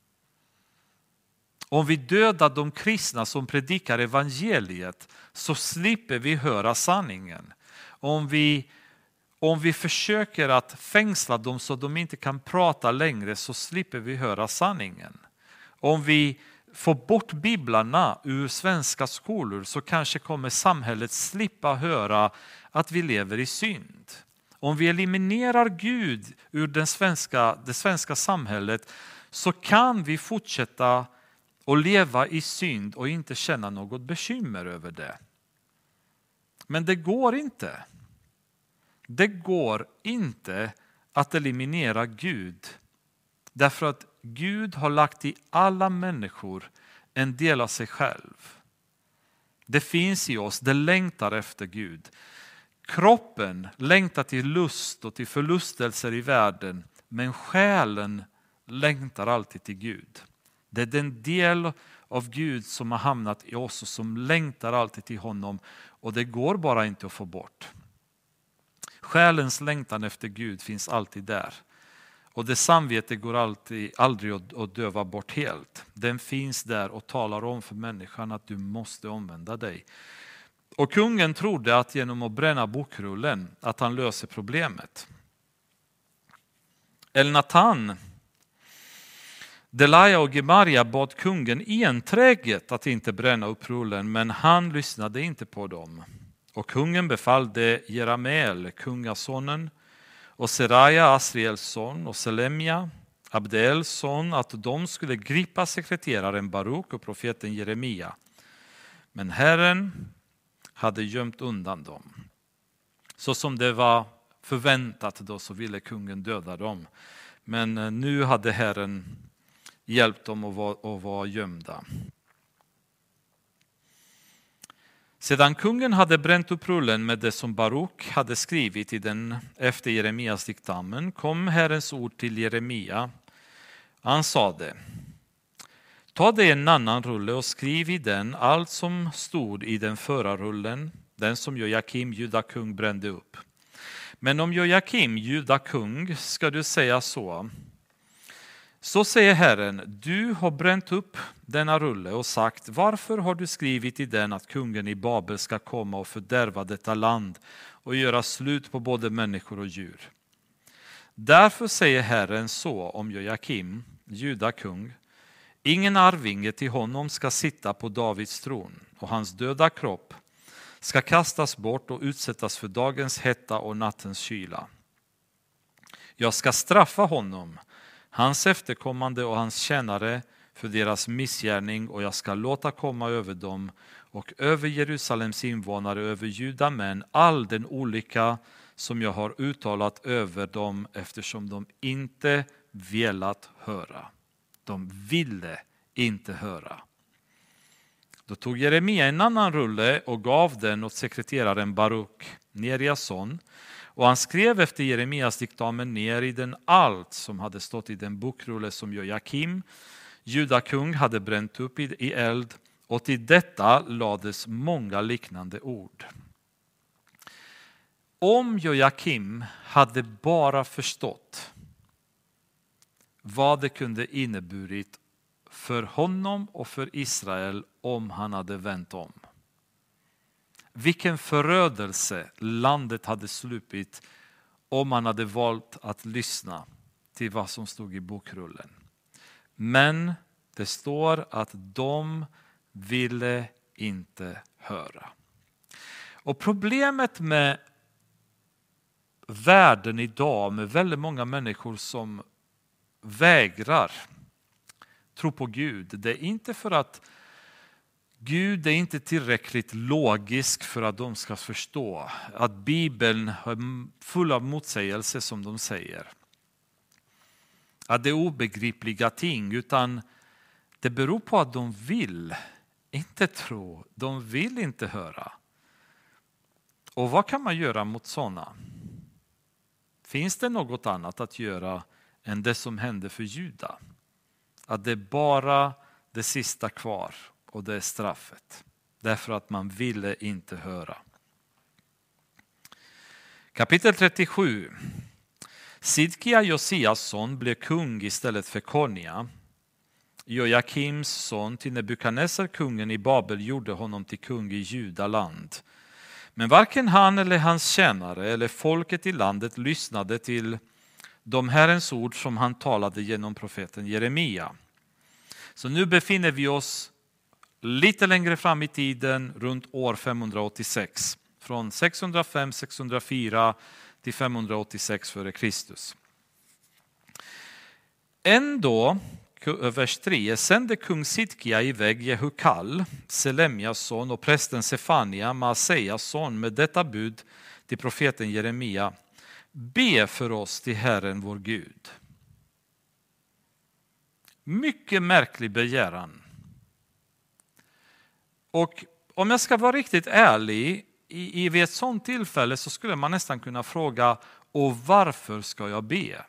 Om vi dödar de kristna som predikar evangeliet så slipper vi höra sanningen. Om vi, om vi försöker att fängsla dem så de inte kan prata längre så slipper vi höra sanningen. Om vi får bort biblarna ur svenska skolor så kanske kommer samhället slippa höra att vi lever i synd. Om vi eliminerar Gud ur den svenska, det svenska samhället så kan vi fortsätta att leva i synd och inte känna något bekymmer över det. Men det går inte. Det går inte att eliminera Gud. Därför att Gud har lagt i alla människor en del av sig själv. Det finns i oss, det längtar efter Gud. Kroppen längtar till lust och till förlustelser i världen, men själen längtar alltid till Gud. Det är den del av Gud som har hamnat i oss och som längtar alltid till honom, och det går bara inte att få bort. Själens längtan efter Gud finns alltid där. Och det samvete går alltid, aldrig att döva bort helt. Den finns där och talar om för människan att du måste omvända dig. Och kungen trodde att genom att bränna bokrullen att han löser problemet. Elnatan, Delaja och Gemaria bad kungen enträget att inte bränna upp rullen, men han lyssnade inte på dem. Och kungen befallde Jerameel, kungasonen, och Seraja, Asriels son, och Selemja, Abdeels son, att de skulle gripa sekreteraren Baruk och profeten Jeremia. Men Herren hade gömt undan dem. Så som det var förväntat då, så ville kungen döda dem. Men nu hade Herren hjälpt dem att vara, att vara gömda. Sedan kungen hade bränt upp rullen med det som Baruk hade skrivit i den efter Jeremias diktamen, kom Herrens ord till Jeremia. Han sade: ta dig en annan rulle och skriv i den allt som stod i den förra rullen, den som Jojakim, juda kung, brände upp. Men om Jojakim, juda kung, ska du säga så. Så säger Herren, du har bränt upp denna rulle och sagt, varför har du skrivit i den att kungen i Babel ska komma och fördärva detta land och göra slut på både människor och djur? Därför säger Herren så om Jojakim, juda kung, ingen arvinge till honom ska sitta på Davids tron, och hans döda kropp ska kastas bort och utsättas för dagens hetta och nattens kyla. Jag ska straffa honom, hans efterkommande och hans tjänare för deras missgärning, och jag ska låta komma över dem och över Jerusalems invånare, över juda män, all den olycka som jag har uttalat över dem, eftersom de inte velat höra. De ville inte höra. Då tog Jeremia en annan rulle och gav den åt sekreteraren Baruk, Nerias son, och han skrev efter Jeremias diktamen ner i den allt som hade stått i den bokrulle som Jojakim, judakung, hade bränt upp i eld, och till detta lades många liknande ord. Om Jojakim hade bara förstått vad det kunde inneburit för honom och för Israel om han hade vänt om. Vilken förödelse landet hade sluppit om han hade valt att lyssna till vad som stod i bokrullen. Men det står att de ville inte höra. Och problemet med världen idag, med väldigt många människor som vägrar tro på Gud, det är inte för att Gud är inte tillräckligt logisk för att de ska förstå att Bibeln är full av motsägelser, som de säger. Att det är obegripliga ting, utan det beror på att de vill inte tro, de vill inte höra. Och vad kan man göra mot sådana? Finns det något annat att göra än det som hände för Juda? Att det är bara det sista kvar, och det är straffet. Därför att man ville inte höra. Kapitel trettiosju. Sidkia, Josias son, blev kung istället för Konja. Jojakims son till Nebukadnessar, kungen i Babel, gjorde honom till kung i Judaland. Men varken han eller hans tjänare eller folket i landet lyssnade till de Herrens ord som han talade genom profeten Jeremia. Så nu befinner vi oss lite längre fram i tiden, runt år femhundraåttiosex. Från sexhundrafem till sexhundrafyra till femhundraåttiosex före Kristus. Ändå, vers tre, sände kung Sidkia iväg Jehukal, Selemjas son, och prästen Sefania, Maasejas son, med detta bud till profeten Jeremia: be för oss till Herren vår Gud. Mycket märklig begäran. Och om jag ska vara riktigt ärlig, i, i vid ett sådant tillfälle så skulle man nästan kunna fråga, och varför ska jag be?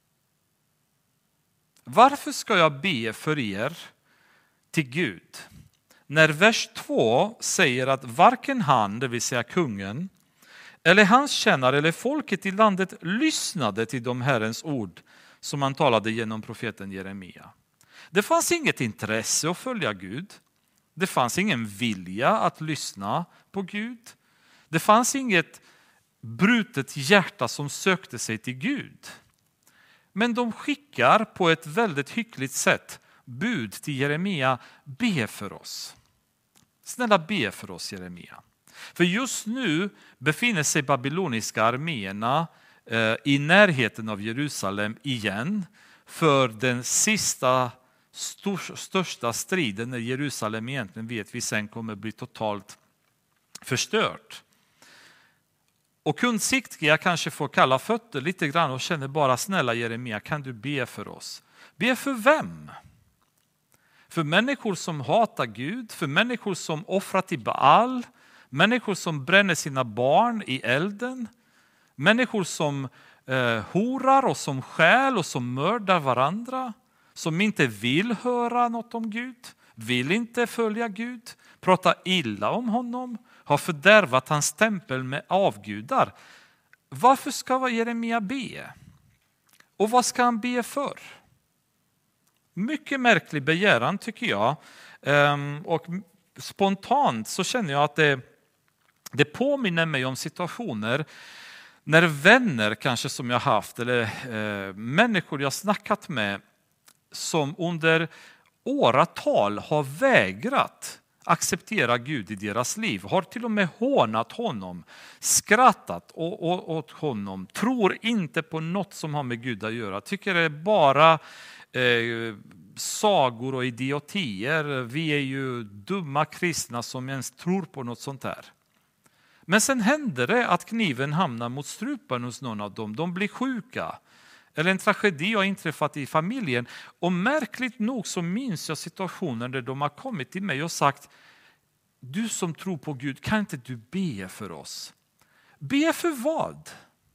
Varför ska jag be för er till Gud? När vers två säger att varken han, det vill säga kungen, eller hans tjänare eller folket i landet lyssnade till de Herrens ord som han talade genom profeten Jeremia. Det fanns inget intresse att följa Gud. Det fanns ingen vilja att lyssna på Gud. Det fanns inget brutet hjärta som sökte sig till Gud. Men de skickar på ett väldigt hyckligt sätt bud till Jeremia: be för oss. Snälla, be för oss, Jeremia. För just nu befinner sig babyloniska arméerna eh, i närheten av Jerusalem igen för den sista stor, största striden, när Jerusalem egentligen, vet vi, sen kommer bli totalt förstört. Och kung Sidkia kanske får kalla fötter lite grann och känner bara: snälla Jeremia, kan du be för oss? Be för vem? För människor som hatar Gud, för människor som offrar till Baal, människor som bränner sina barn i elden, människor som eh, horar och som stjäl och som mördar varandra, som inte vill höra något om Gud, vill inte följa Gud, pratar illa om honom, har fördärvat hans tempel med avgudar. Varför ska Jeremia be? Och vad ska han be för? Mycket märklig begäran, tycker jag. Och spontant så känner jag att det, det påminner mig om situationer när vänner kanske som jag haft, eller eh, människor jag snackat med, som under åratal har vägrat acceptera Gud i deras liv, har till och med hånat honom, skrattat åt honom, tror inte på något som har med Gud att göra, tycker det är bara eh, sagor och idiotier, vi är ju dumma kristna som ens tror på något sånt här. Men sen händer det att kniven hamnar mot strupen hos någon av dem, de blir sjuka, eller en tragedi har inträffat i familjen. Och märkligt nog så minns jag situationer där de har kommit till mig och sagt: du som tror på Gud, kan inte du be för oss? Be för vad?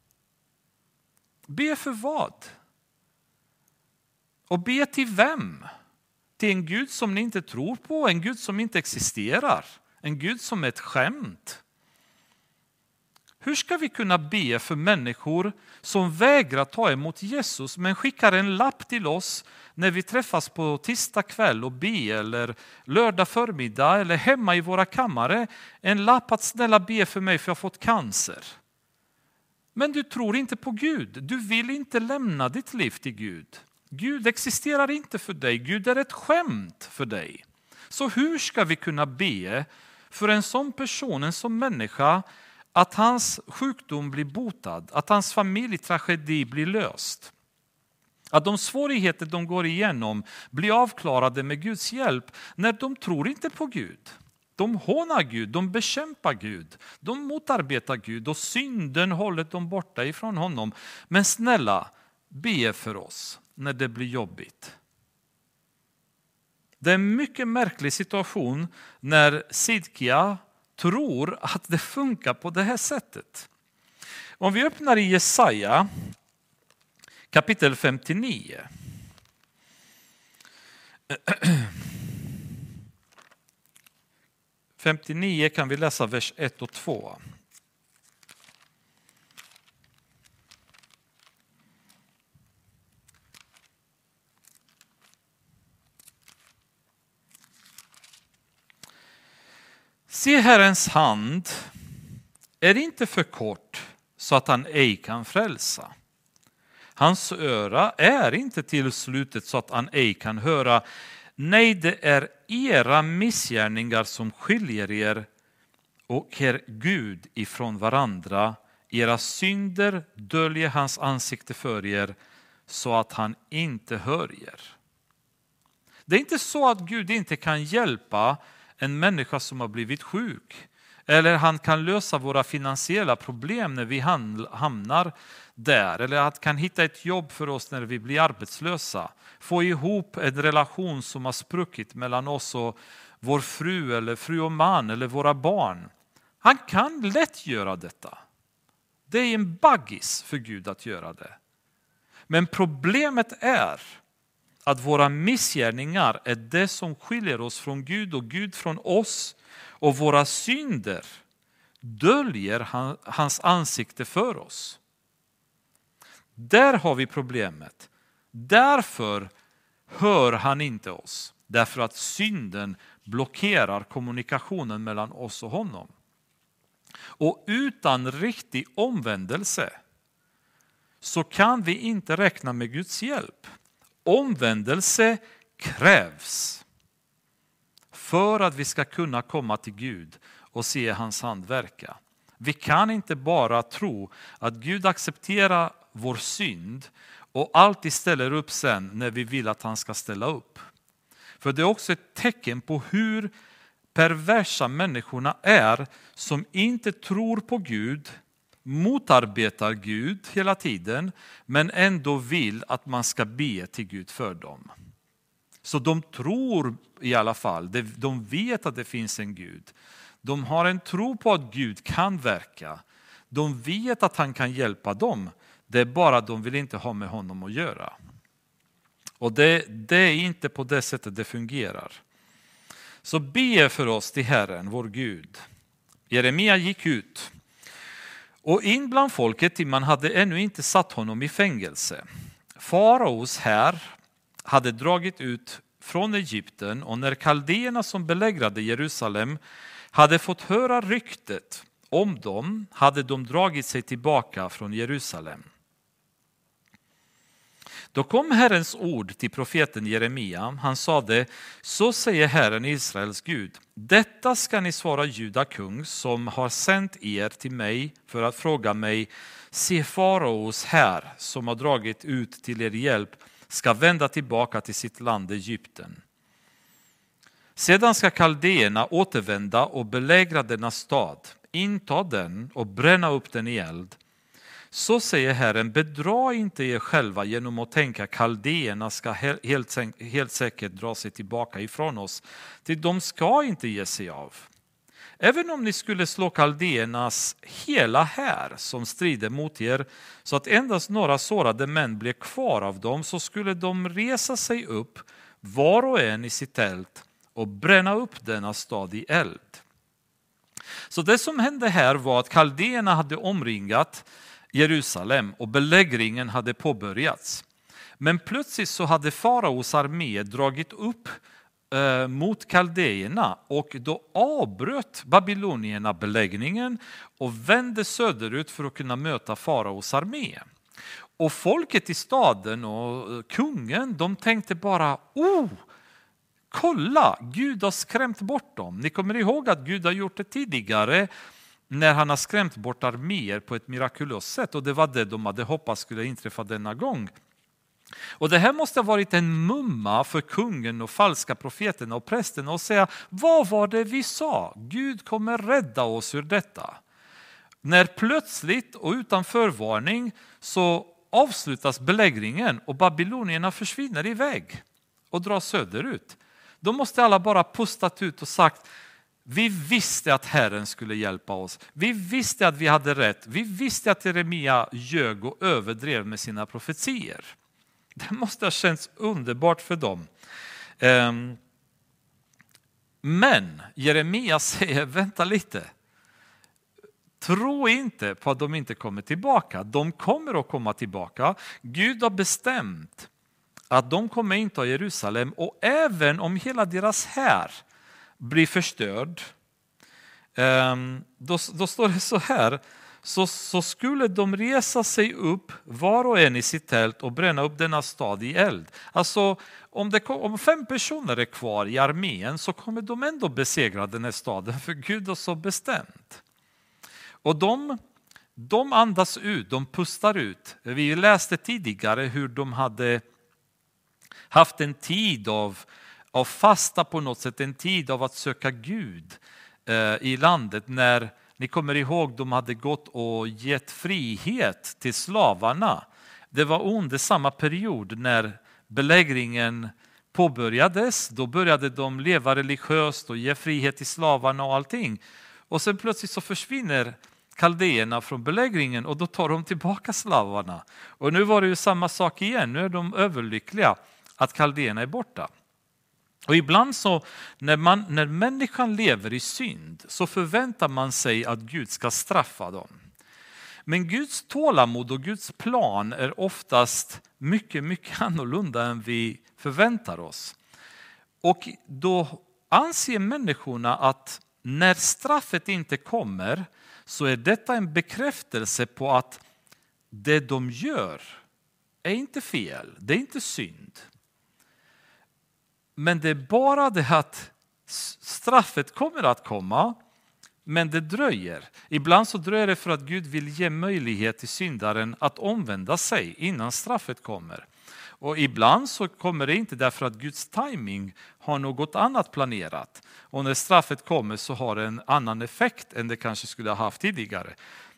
Be för vad? Och be till vem? Till en Gud som ni inte tror på, en Gud som inte existerar, en Gud som är ett skämt. Hur ska vi kunna be för människor som vägrar ta emot Jesus men skickar en lapp till oss när vi träffas på tisdag kväll och be, eller lördag förmiddag, eller hemma i våra kammare? En lapp att snälla be för mig för jag har fått cancer. Men du tror inte på Gud. Du vill inte lämna ditt liv till Gud. Gud existerar inte för dig. Gud är ett skämt för dig. Så hur ska vi kunna be för en sån person, en sån människa, att hans sjukdom blir botad, att hans familjetragedi blir löst, att de svårigheter de går igenom blir avklarade med Guds hjälp, när de tror inte på Gud? De hånar Gud, de bekämpar Gud, de motarbetar Gud och synden håller dem borta ifrån honom. Men snälla, be för oss när det blir jobbigt. Det är en mycket märklig situation när Sidkia tror att det funkar på det här sättet. Om vi öppnar i Jesaja kapitel femtionio. femtionio kan vi läsa vers ett och två. Se, Herrens hand är inte för kort så att han ej kan frälsa. Hans öra är inte till slutet så att han ej kan höra. Nej, det är era missgärningar som skiljer er och er Gud ifrån varandra. Era synder döljer hans ansikte för er så att han inte hör er. Det är inte så att Gud inte kan hjälpa en människa som har blivit sjuk, eller han kan lösa våra finansiella problem när vi hamnar där, eller att kan hitta ett jobb för oss när vi blir arbetslösa, få ihop en relation som har spruckit mellan oss och vår fru eller fru och man eller våra barn. Han kan lätt göra detta. Det är en baggis för Gud att göra det. Men problemet är att våra missgärningar är det som skiljer oss från Gud och Gud från oss. Och våra synder döljer hans ansikte för oss. Där har vi problemet. Därför hör han inte oss. Därför att synden blockerar kommunikationen mellan oss och honom. Och utan riktig omvändelse så kan vi inte räkna med Guds hjälp. Omvändelse krävs för att vi ska kunna komma till Gud och se hans hand verka. Vi kan inte bara tro att Gud accepterar vår synd och alltid ställer upp sen när vi vill att han ska ställa upp. För det är också ett tecken på hur perversa människorna är som inte tror på Gud, motarbetar Gud hela tiden, men ändå vill att man ska be till Gud för dem. Så de tror i alla fall, de vet att det finns en Gud. De har en tro på att Gud kan verka. De vet att han kan hjälpa dem. Det är bara de vill inte ha med honom att göra. Och det, det är inte på det sättet det fungerar. Så be för oss till Herren, vår Gud. Jeremia gick ut. Och in bland folket, man hade ännu inte satt honom i fängelse. Faraos här hade dragit ut från Egypten, och när kaldéerna som belägrade Jerusalem hade fått höra ryktet om dem, hade de dragit sig tillbaka från Jerusalem. Då kom Herrens ord till profeten Jeremia. Han sade: så säger Herren Israels Gud, detta ska ni svara Juda kung som har sänt er till mig för att fråga mig: se, faraos här som har dragit ut till er hjälp ska vända tillbaka till sitt land Egypten. Sedan ska kaldéerna återvända och belägra denna stad, inta den och bränna upp den i eld. Så säger Herren, bedra inte er själva genom att tänka kaldéerna ska helt, helt säkert dra sig tillbaka ifrån oss, till de ska inte ge sig av. Även om ni skulle slå kaldéernas hela här som strider mot er, så att endast några sårade män blev kvar av dem, så skulle de resa sig upp var och en i sitt tält och bränna upp denna stad i eld. Så det som hände här var att kaldéerna hade omringat Jerusalem och belägringen hade påbörjats. Men plötsligt så hade faraos armé dragit upp eh, mot kaldéerna, och då avbröt babylonierna beläggningen och vände söderut för att kunna möta faraos armé. Och folket i staden och kungen, de tänkte bara: oh, kolla, Gud har skrämt bort dem. Ni kommer ihåg att Gud har gjort det tidigare när han har skrämt bort arméer på ett mirakulöst sätt, och det var det de hade hoppats skulle inträffa denna gång. Och det här måste ha varit en mumma för kungen och falska profeterna och prästerna och säga: vad var det vi sa? Gud kommer rädda oss ur detta. När plötsligt och utan förvarning så avslutas belägringen och babylonierna försvinner iväg och drar söderut. Då måste alla bara pustat ut och sagt: vi visste att Herren skulle hjälpa oss. Vi visste att vi hade rätt. Vi visste att Jeremia ljög och överdrev med sina profetier. Det måste ha känts underbart för dem. Men Jeremia säger: vänta lite. Tro inte på att de inte kommer tillbaka. De kommer att komma tillbaka. Gud har bestämt att de kommer inte till Jerusalem, och även om hela deras här blir förstörd, då, då står det så här: så, så skulle de resa sig upp var och en i sitt tält och bränna upp denna stad i eld. Alltså om, det, om fem personer är kvar i armén, så kommer de ändå besegra den här staden, för Gud har så bestämt. Och de, de andas ut, de pustar ut. Vi läste tidigare hur de hade haft en tid av, av fasta på något sätt, en tid av att söka Gud eh, i landet. När ni kommer ihåg, de hade gått och gett frihet till slavarna. Det var under samma period när belägringen påbörjades. Då började de leva religiöst och ge frihet till slavarna och allting. Och sen plötsligt så försvinner kaldéerna från belägringen och då tar de tillbaka slavarna. Och nu var det ju samma sak igen. Nu är de överlyckliga att kaldéerna är borta. Och ibland så när, man, när människan lever i synd så förväntar man sig att Gud ska straffa dem. Men Guds tålamod och Guds plan är oftast mycket, mycket annorlunda än vi förväntar oss. Och då anser människorna att när straffet inte kommer så är detta en bekräftelse på att det de gör är inte fel, det är inte synd. Men det är bara det att straffet kommer att komma, men det dröjer. Ibland så dröjer det för att Gud vill ge möjlighet till syndaren att omvända sig innan straffet kommer. Och ibland så kommer det inte därför att Guds timing har något annat planerat. Och när straffet kommer så har det en annan effekt än det kanske skulle ha haft tidigare.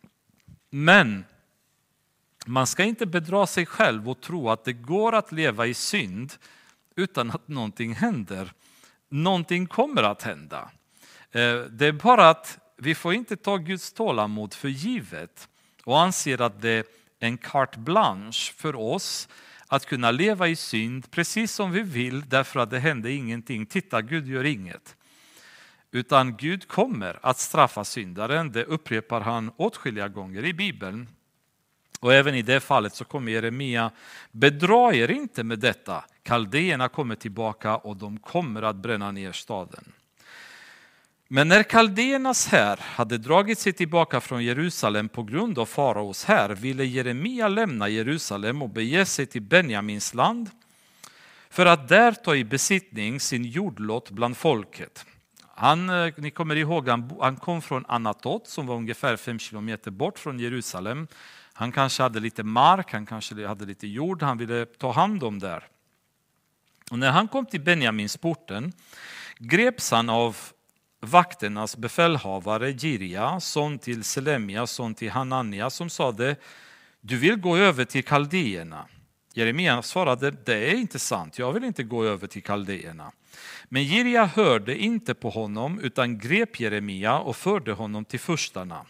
Men man ska inte bedra sig själv och tro att det går att leva i synd utan att någonting händer. Någonting kommer att hända. Det är bara att vi får inte ta Guds tålamod för givet och anser att det är en carte blanche för oss att kunna leva i synd precis som vi vill därför att det händer ingenting. Titta, Gud gör inget. Utan Gud kommer att straffa syndaren. Det upprepar han åtskilliga gånger i Bibeln. Och även i det fallet så kommer Jeremia: bedra er inte med detta. Kaldéerna kommer tillbaka och de kommer att bränna ner staden. Men när kaldéernas här hade dragit sig tillbaka från Jerusalem på grund av faraos här ville Jeremia lämna Jerusalem och bege sig till Benjamins land för att där ta i besittning sin jordlott bland folket. Han, ni kommer ihåg, han, han kom från Anatot som var ungefär fem kilometer bort från Jerusalem. Han kanske hade lite mark, han kanske hade lite jord, han ville ta hand om där. Och när han kom till Benjamins porten greps han av vakternas befälhavare Jiria, son till Selemia, son till Hanania, som sade: du vill gå över till kaldéerna. Jeremia svarade: det är inte sant, jag vill inte gå över till kaldéerna. Men Jiria hörde inte på honom utan grep Jeremia och förde honom till furstarna.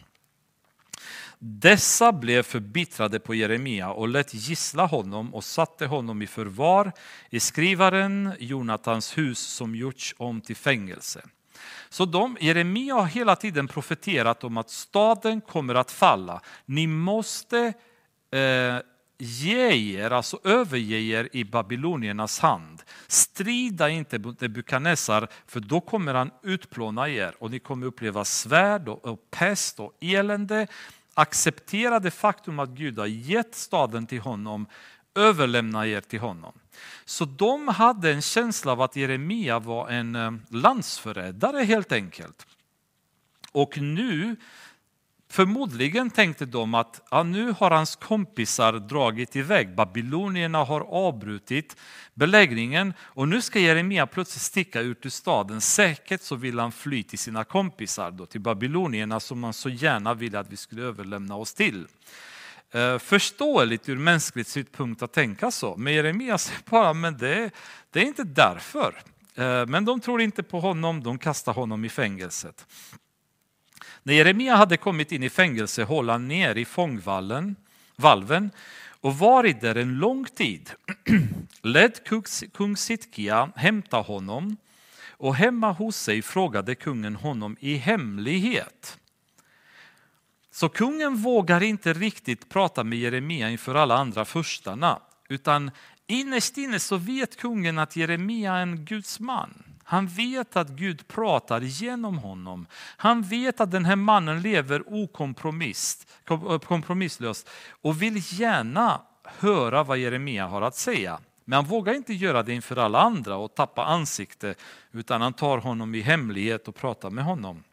Dessa blev förbittrade på Jeremia och lät gissla honom och satte honom i förvar i skrivaren Jonatans hus som gjorts om till fängelse. Så de, Jeremia har hela tiden profeterat om att staden kommer att falla. Ni måste eh, ge er, alltså överge er i babyloniernas hand. Strida inte mot Nebukadnessar, för då kommer han utplåna er och ni kommer uppleva svärd och, och pest och elände. Acceptera det faktum att Gud har gett staden till honom, överlämna er till honom. Så de hade en känsla av att Jeremia var en landsförrädare helt enkelt. Och nu förmodligen tänkte de att ja, nu har hans kompisar dragit iväg. Babylonierna har avbrutit belägringen och nu ska Jeremia plötsligt sticka ut ur staden. Säkert så vill han fly till sina kompisar då, till babylonierna som man så gärna ville att vi skulle överlämna oss till. Förståeligt ur mänskligt synpunkt att tänka så. Men Jeremia säger bara, men det, det är inte därför. Men de tror inte på honom, de kastar honom i fängelset. När Jeremia hade kommit in i fängelse höll han ner i fångvallen valven och varit där en lång tid. Lät kung Sitkia hämta honom och hemma hos sig frågade kungen honom i hemlighet. Så kungen vågar inte riktigt prata med Jeremia inför alla andra furstarna, utan innerst inne så vet kungen att Jeremia är en Guds man. Han vet att Gud pratar genom honom. Han vet att den här mannen lever okompromisslöst och vill gärna höra vad Jeremia har att säga. Men han vågar inte göra det inför alla andra och tappa ansikte, utan han tar honom i hemlighet och pratar med honom.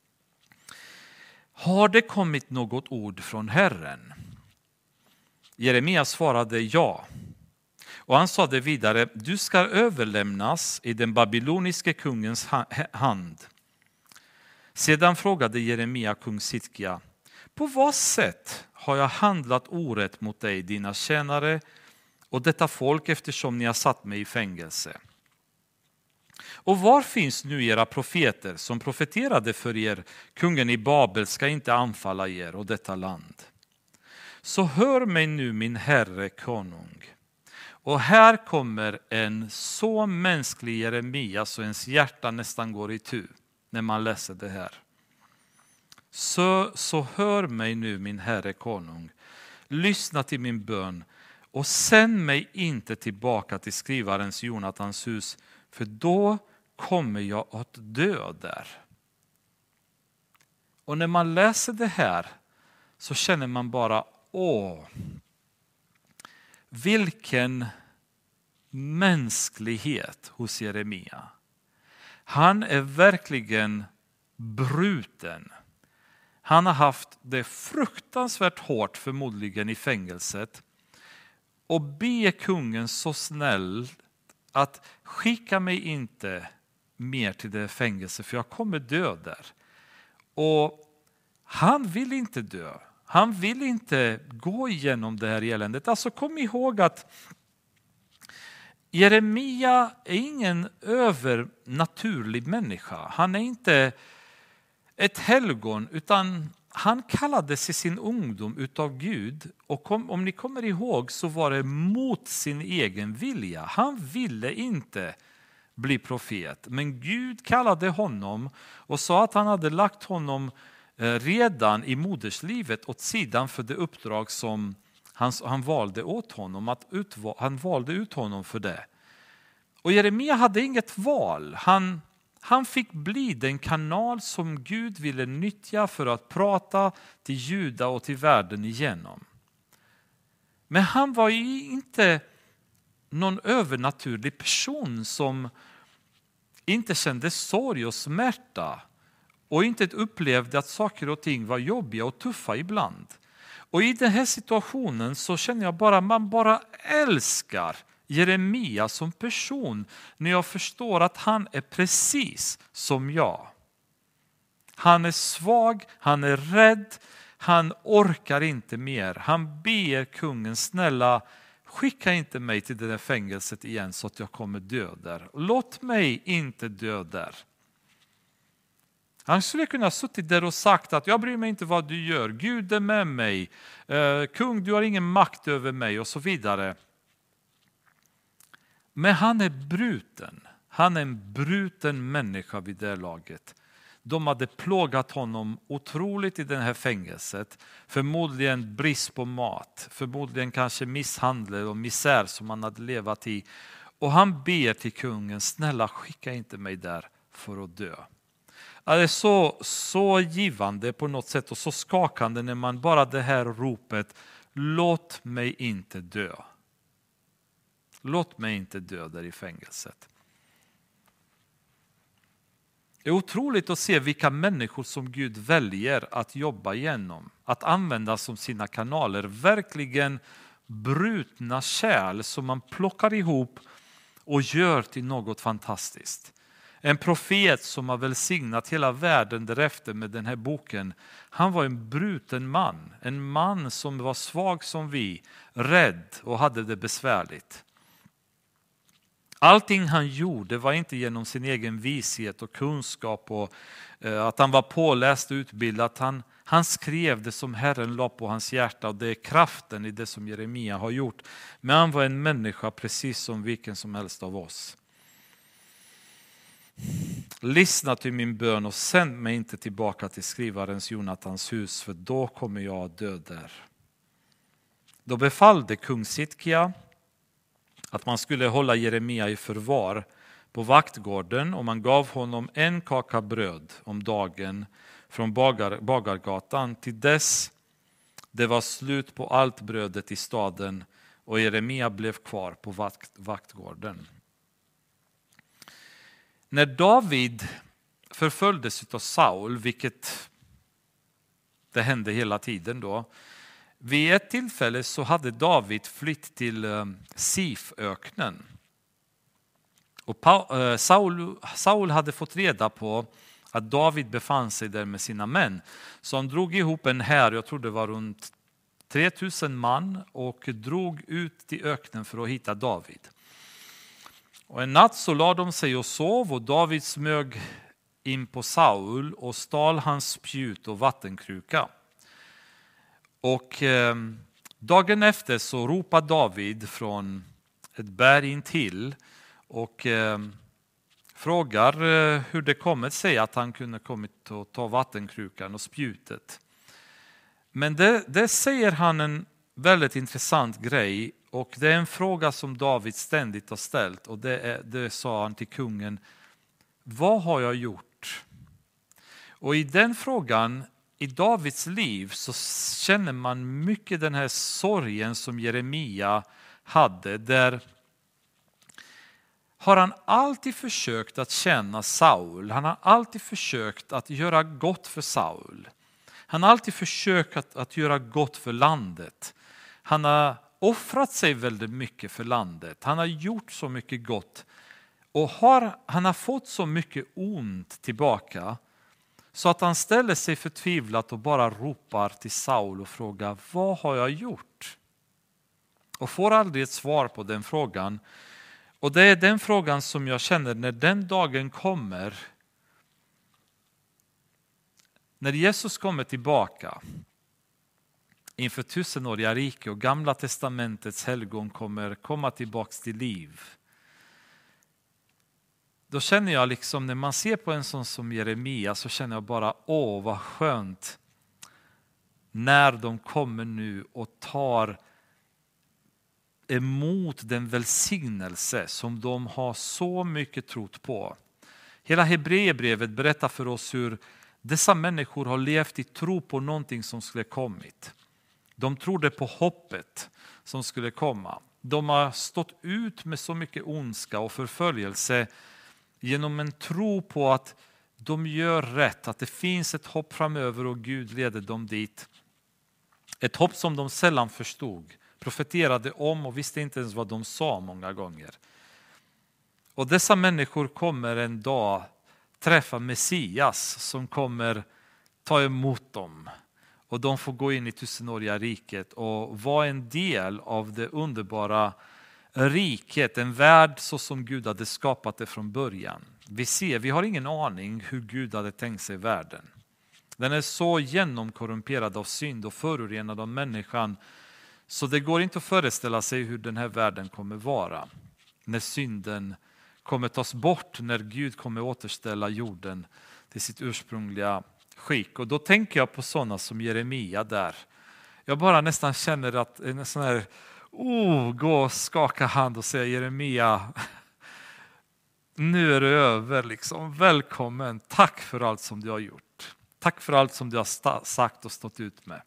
Har det kommit något ord från Herren? Jeremia svarade ja. Och han sa det vidare: du ska överlämnas i den babyloniske kungens hand. Sedan frågade Jeremia kung Sitkia: på vad sätt har jag handlat orätt mot dig, dina tjänare och detta folk, eftersom ni har satt mig i fängelse? Och var finns nu era profeter som profeterade för er? Kungen i Babel ska inte anfalla er och detta land. Så hör mig nu, min herre konung. Och här kommer en så mänsklig Jeremia så ens hjärta nästan går i tu när man läser det här. Så, så hör mig nu, min herre konung. Lyssna till min bön och sänd mig inte tillbaka till skrivarens Jonatans hus, för då kommer jag att dö där. Och när man läser det här så känner man bara, åh, vilken mänsklighet hos Jeremia. Han är verkligen bruten. Han har haft det fruktansvärt hårt förmodligen i fängelset. Och be kungen så snäll att skicka mig inte mer till det fängelset, för jag kommer dö där. Och han vill inte dö. Han vill inte gå igenom det här eländet. Alltså kom ihåg att Jeremia är ingen övernaturlig människa. Han är inte ett helgon, utan han kallades i sin ungdom utav Gud. Och om, om ni kommer ihåg så var det mot sin egen vilja. Han ville inte bli profet. Men Gud kallade honom och sa att han hade lagt honom redan i moderslivet åt sidan för det uppdrag som han, han valde åt honom. Att utva, han valde ut honom för det. Och Jeremia hade inget val. Han, han fick bli den kanal som Gud ville nyttja för att prata till Juda och till världen igenom. Men han var ju inte någon övernaturlig person som inte kände sorg och smärta. Och inte upplevde att saker och ting var jobbiga och tuffa ibland. Och i den här situationen så känner jag bara, man bara älskar Jeremia som person. När jag förstår att han är precis som jag. Han är svag, han är rädd, han orkar inte mer. Han ber kungen, snälla skicka inte mig till det där fängelset igen så att jag kommer dö där. Låt mig inte dö där. Han skulle kunna ha suttit där och sagt att jag bryr mig inte vad du gör. Gud är med mig. Eh, kung, du har ingen makt över mig och så vidare. Men han är bruten. Han är en bruten människa vid det laget. De hade plågat honom otroligt i det här fängelset. Förmodligen brist på mat. Förmodligen kanske misshandel och misär som han hade levat i. Och han ber till kungen, snälla skicka inte mig där för att dö. Det är så, så givande på något sätt och så skakande när man bara det här ropet, låt mig inte dö. Låt mig inte dö där i fängelset. Det är otroligt att se vilka människor som Gud väljer att jobba igenom. Att använda som sina kanaler. Verkligen brutna kärl som man plockar ihop och gör till något fantastiskt. En profet som har välsignat hela världen därefter med den här boken. Han var en bruten man. En man som var svag som vi. Rädd och hade det besvärligt. Allting han gjorde var inte genom sin egen vishet och kunskap och eh, att han var påläst och utbildad. Han, han skrev det som Herren la på hans hjärta och det är kraften i det som Jeremia har gjort. Men han var en människa precis som vilken som helst av oss. Lyssna till min bön och sänd mig inte tillbaka till skrivarens Jonatans hus, för då kommer jag att dö där. Då befallde kung Sitkia att man skulle hålla Jeremia i förvar på vaktgården och man gav honom en kaka bröd om dagen från bagar, bagargatan till dess det var slut på allt brödet i staden och Jeremia blev kvar på vakt, vaktgården. När David förföljdes av Saul, vilket det hände hela tiden då, vid ett tillfälle så hade David flytt till Siföknen. Och Saul, Saul hade fått reda på att David befann sig där med sina män. Så han drog ihop en här, jag tror det var runt tre tusen man, och drog ut till öknen för att hitta David. Och en natt så lade de sig och sov, och David smög in på Saul och stal hans spjut och vattenkruka. Och eh, dagen efter så ropade David från ett berg intill och eh, frågar eh, hur det kommer sig att han kunde kommit och ta vattenkrukan och spjutet. Men det, det säger han en väldigt intressant grej, och det är en fråga som David ständigt har ställt, och det, är, det sa han till kungen: vad har jag gjort? Och i den frågan, i Davids liv, så känner man mycket den här sorgen som Jeremia hade. Där har han alltid försökt att känna Saul. Han har alltid försökt att göra gott för Saul. Han har alltid försökt att, att göra gott för landet. Han har offrat sig väldigt mycket för landet. Han har gjort så mycket gott. Och har, han har fått så mycket ont tillbaka, så att han ställer sig förtvivlat och bara ropar till Saul och frågar: vad har jag gjort? Och får aldrig ett svar på den frågan. Och det är den frågan som jag känner när den dagen kommer, när Jesus kommer tillbaka inför tusenåriga rike och Gamla testamentets helgon kommer komma tillbaka till liv. Då känner jag liksom, när man ser på en sån som Jeremia, så känner jag bara: åh vad skönt när de kommer nu och tar emot den välsignelse som de har så mycket trott på. Hela Hebreerbrevet berättar för oss hur dessa människor har levt i tro på någonting som skulle kommit. De trodde på hoppet som skulle komma. De har stått ut med så mycket ondska och förföljelse genom en tro på att de gör rätt, att det finns ett hopp framöver och Gud leder dem dit. Ett hopp som de sällan förstod, profeterade om och visste inte ens vad de sa många gånger. Och dessa människor kommer en dag träffa Messias som kommer ta emot dem. Och de får gå in i tusenåriga riket och vara en del av det underbara riket, en värld så som Gud hade skapat det från början. Vi ser, vi har ingen aning hur Gud hade tänkt sig världen. Den är så genomkorrumperad av synd och förorenad av människan, så det går inte att föreställa sig hur den här världen kommer vara när synden kommer tas bort, när Gud kommer återställa jorden till sitt ursprungliga skick. Och då tänker jag på sådana som Jeremia där. Jag bara nästan känner att en sån här oh, gå och skaka hand och säga: Jeremia, nu är det över liksom. Välkommen, tack för allt som du har gjort. Tack för allt som du har sta- sagt och stått ut med.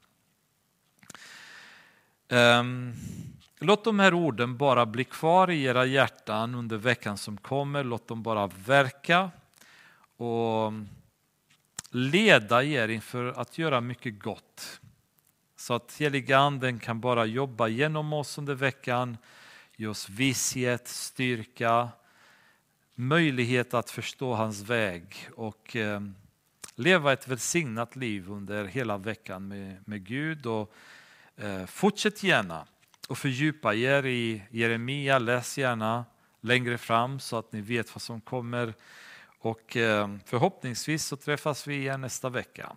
Um, låt de här orden bara bli kvar i era hjärtan under veckan som kommer. Låt dem bara verka och leda er inför att göra mycket gott. Så att heliga anden kan bara jobba genom oss under veckan. Ge oss visshet, styrka, möjlighet att förstå hans väg och eh, leva ett välsignat liv under hela veckan med, med Gud. Och eh, fortsätt gärna och fördjupa er i Jeremia. Läs gärna längre fram så att ni vet vad som kommer. Och eh, förhoppningsvis så träffas vi igen nästa vecka.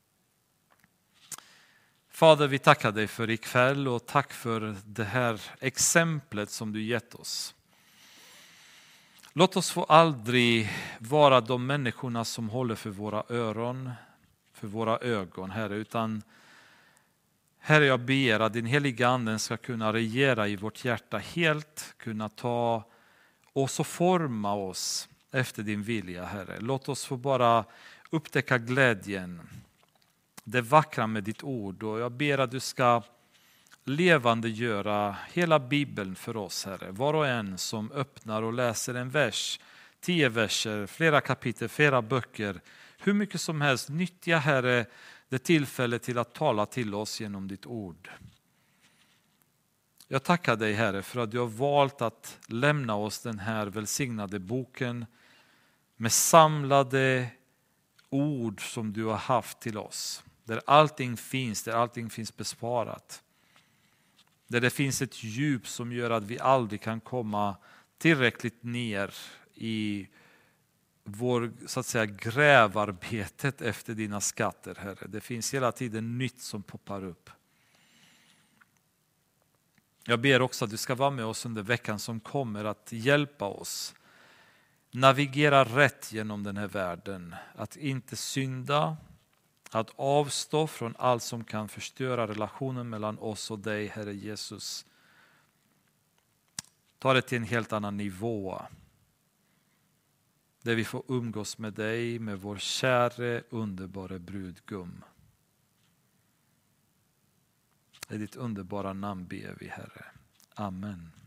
Fader, vi tackar dig för ikväll och tack för det här exemplet som du gett oss. Låt oss få aldrig vara de människorna som håller för våra öron, för våra ögon, Herre, utan Herre, jag ber att din heliga anden ska kunna regera i vårt hjärta helt, kunna ta oss och forma oss efter din vilja, Herre. Låt oss få bara upptäcka glädjen, det vackra med ditt ord, och jag ber att du ska levande göra hela Bibeln för oss, Herre. Var och en som öppnar och läser en vers, tio verser, flera kapitel, flera böcker, hur mycket som helst, nyttja, Herre, det tillfälle till att tala till oss genom ditt ord. Jag tackar dig, Herre, för att du har valt att lämna oss den här välsignade boken med samlade ord som du har haft till oss. Där allting finns, där allting finns besparat. Där det finns ett djup som gör att vi aldrig kan komma tillräckligt ner i vår, så att säga, grävarbetet efter dina skatter, Herre. Det finns hela tiden nytt som poppar upp. Jag ber också att du ska vara med oss under veckan som kommer, att hjälpa oss navigera rätt genom den här världen. Att inte synda, att avstå från allt som kan förstöra relationen mellan oss och dig, Herre Jesus. Ta det till en helt annan nivå. Där vi får umgås med dig, med vår käre, underbara brudgum. I ditt underbara namn ber vi, Herre. Amen.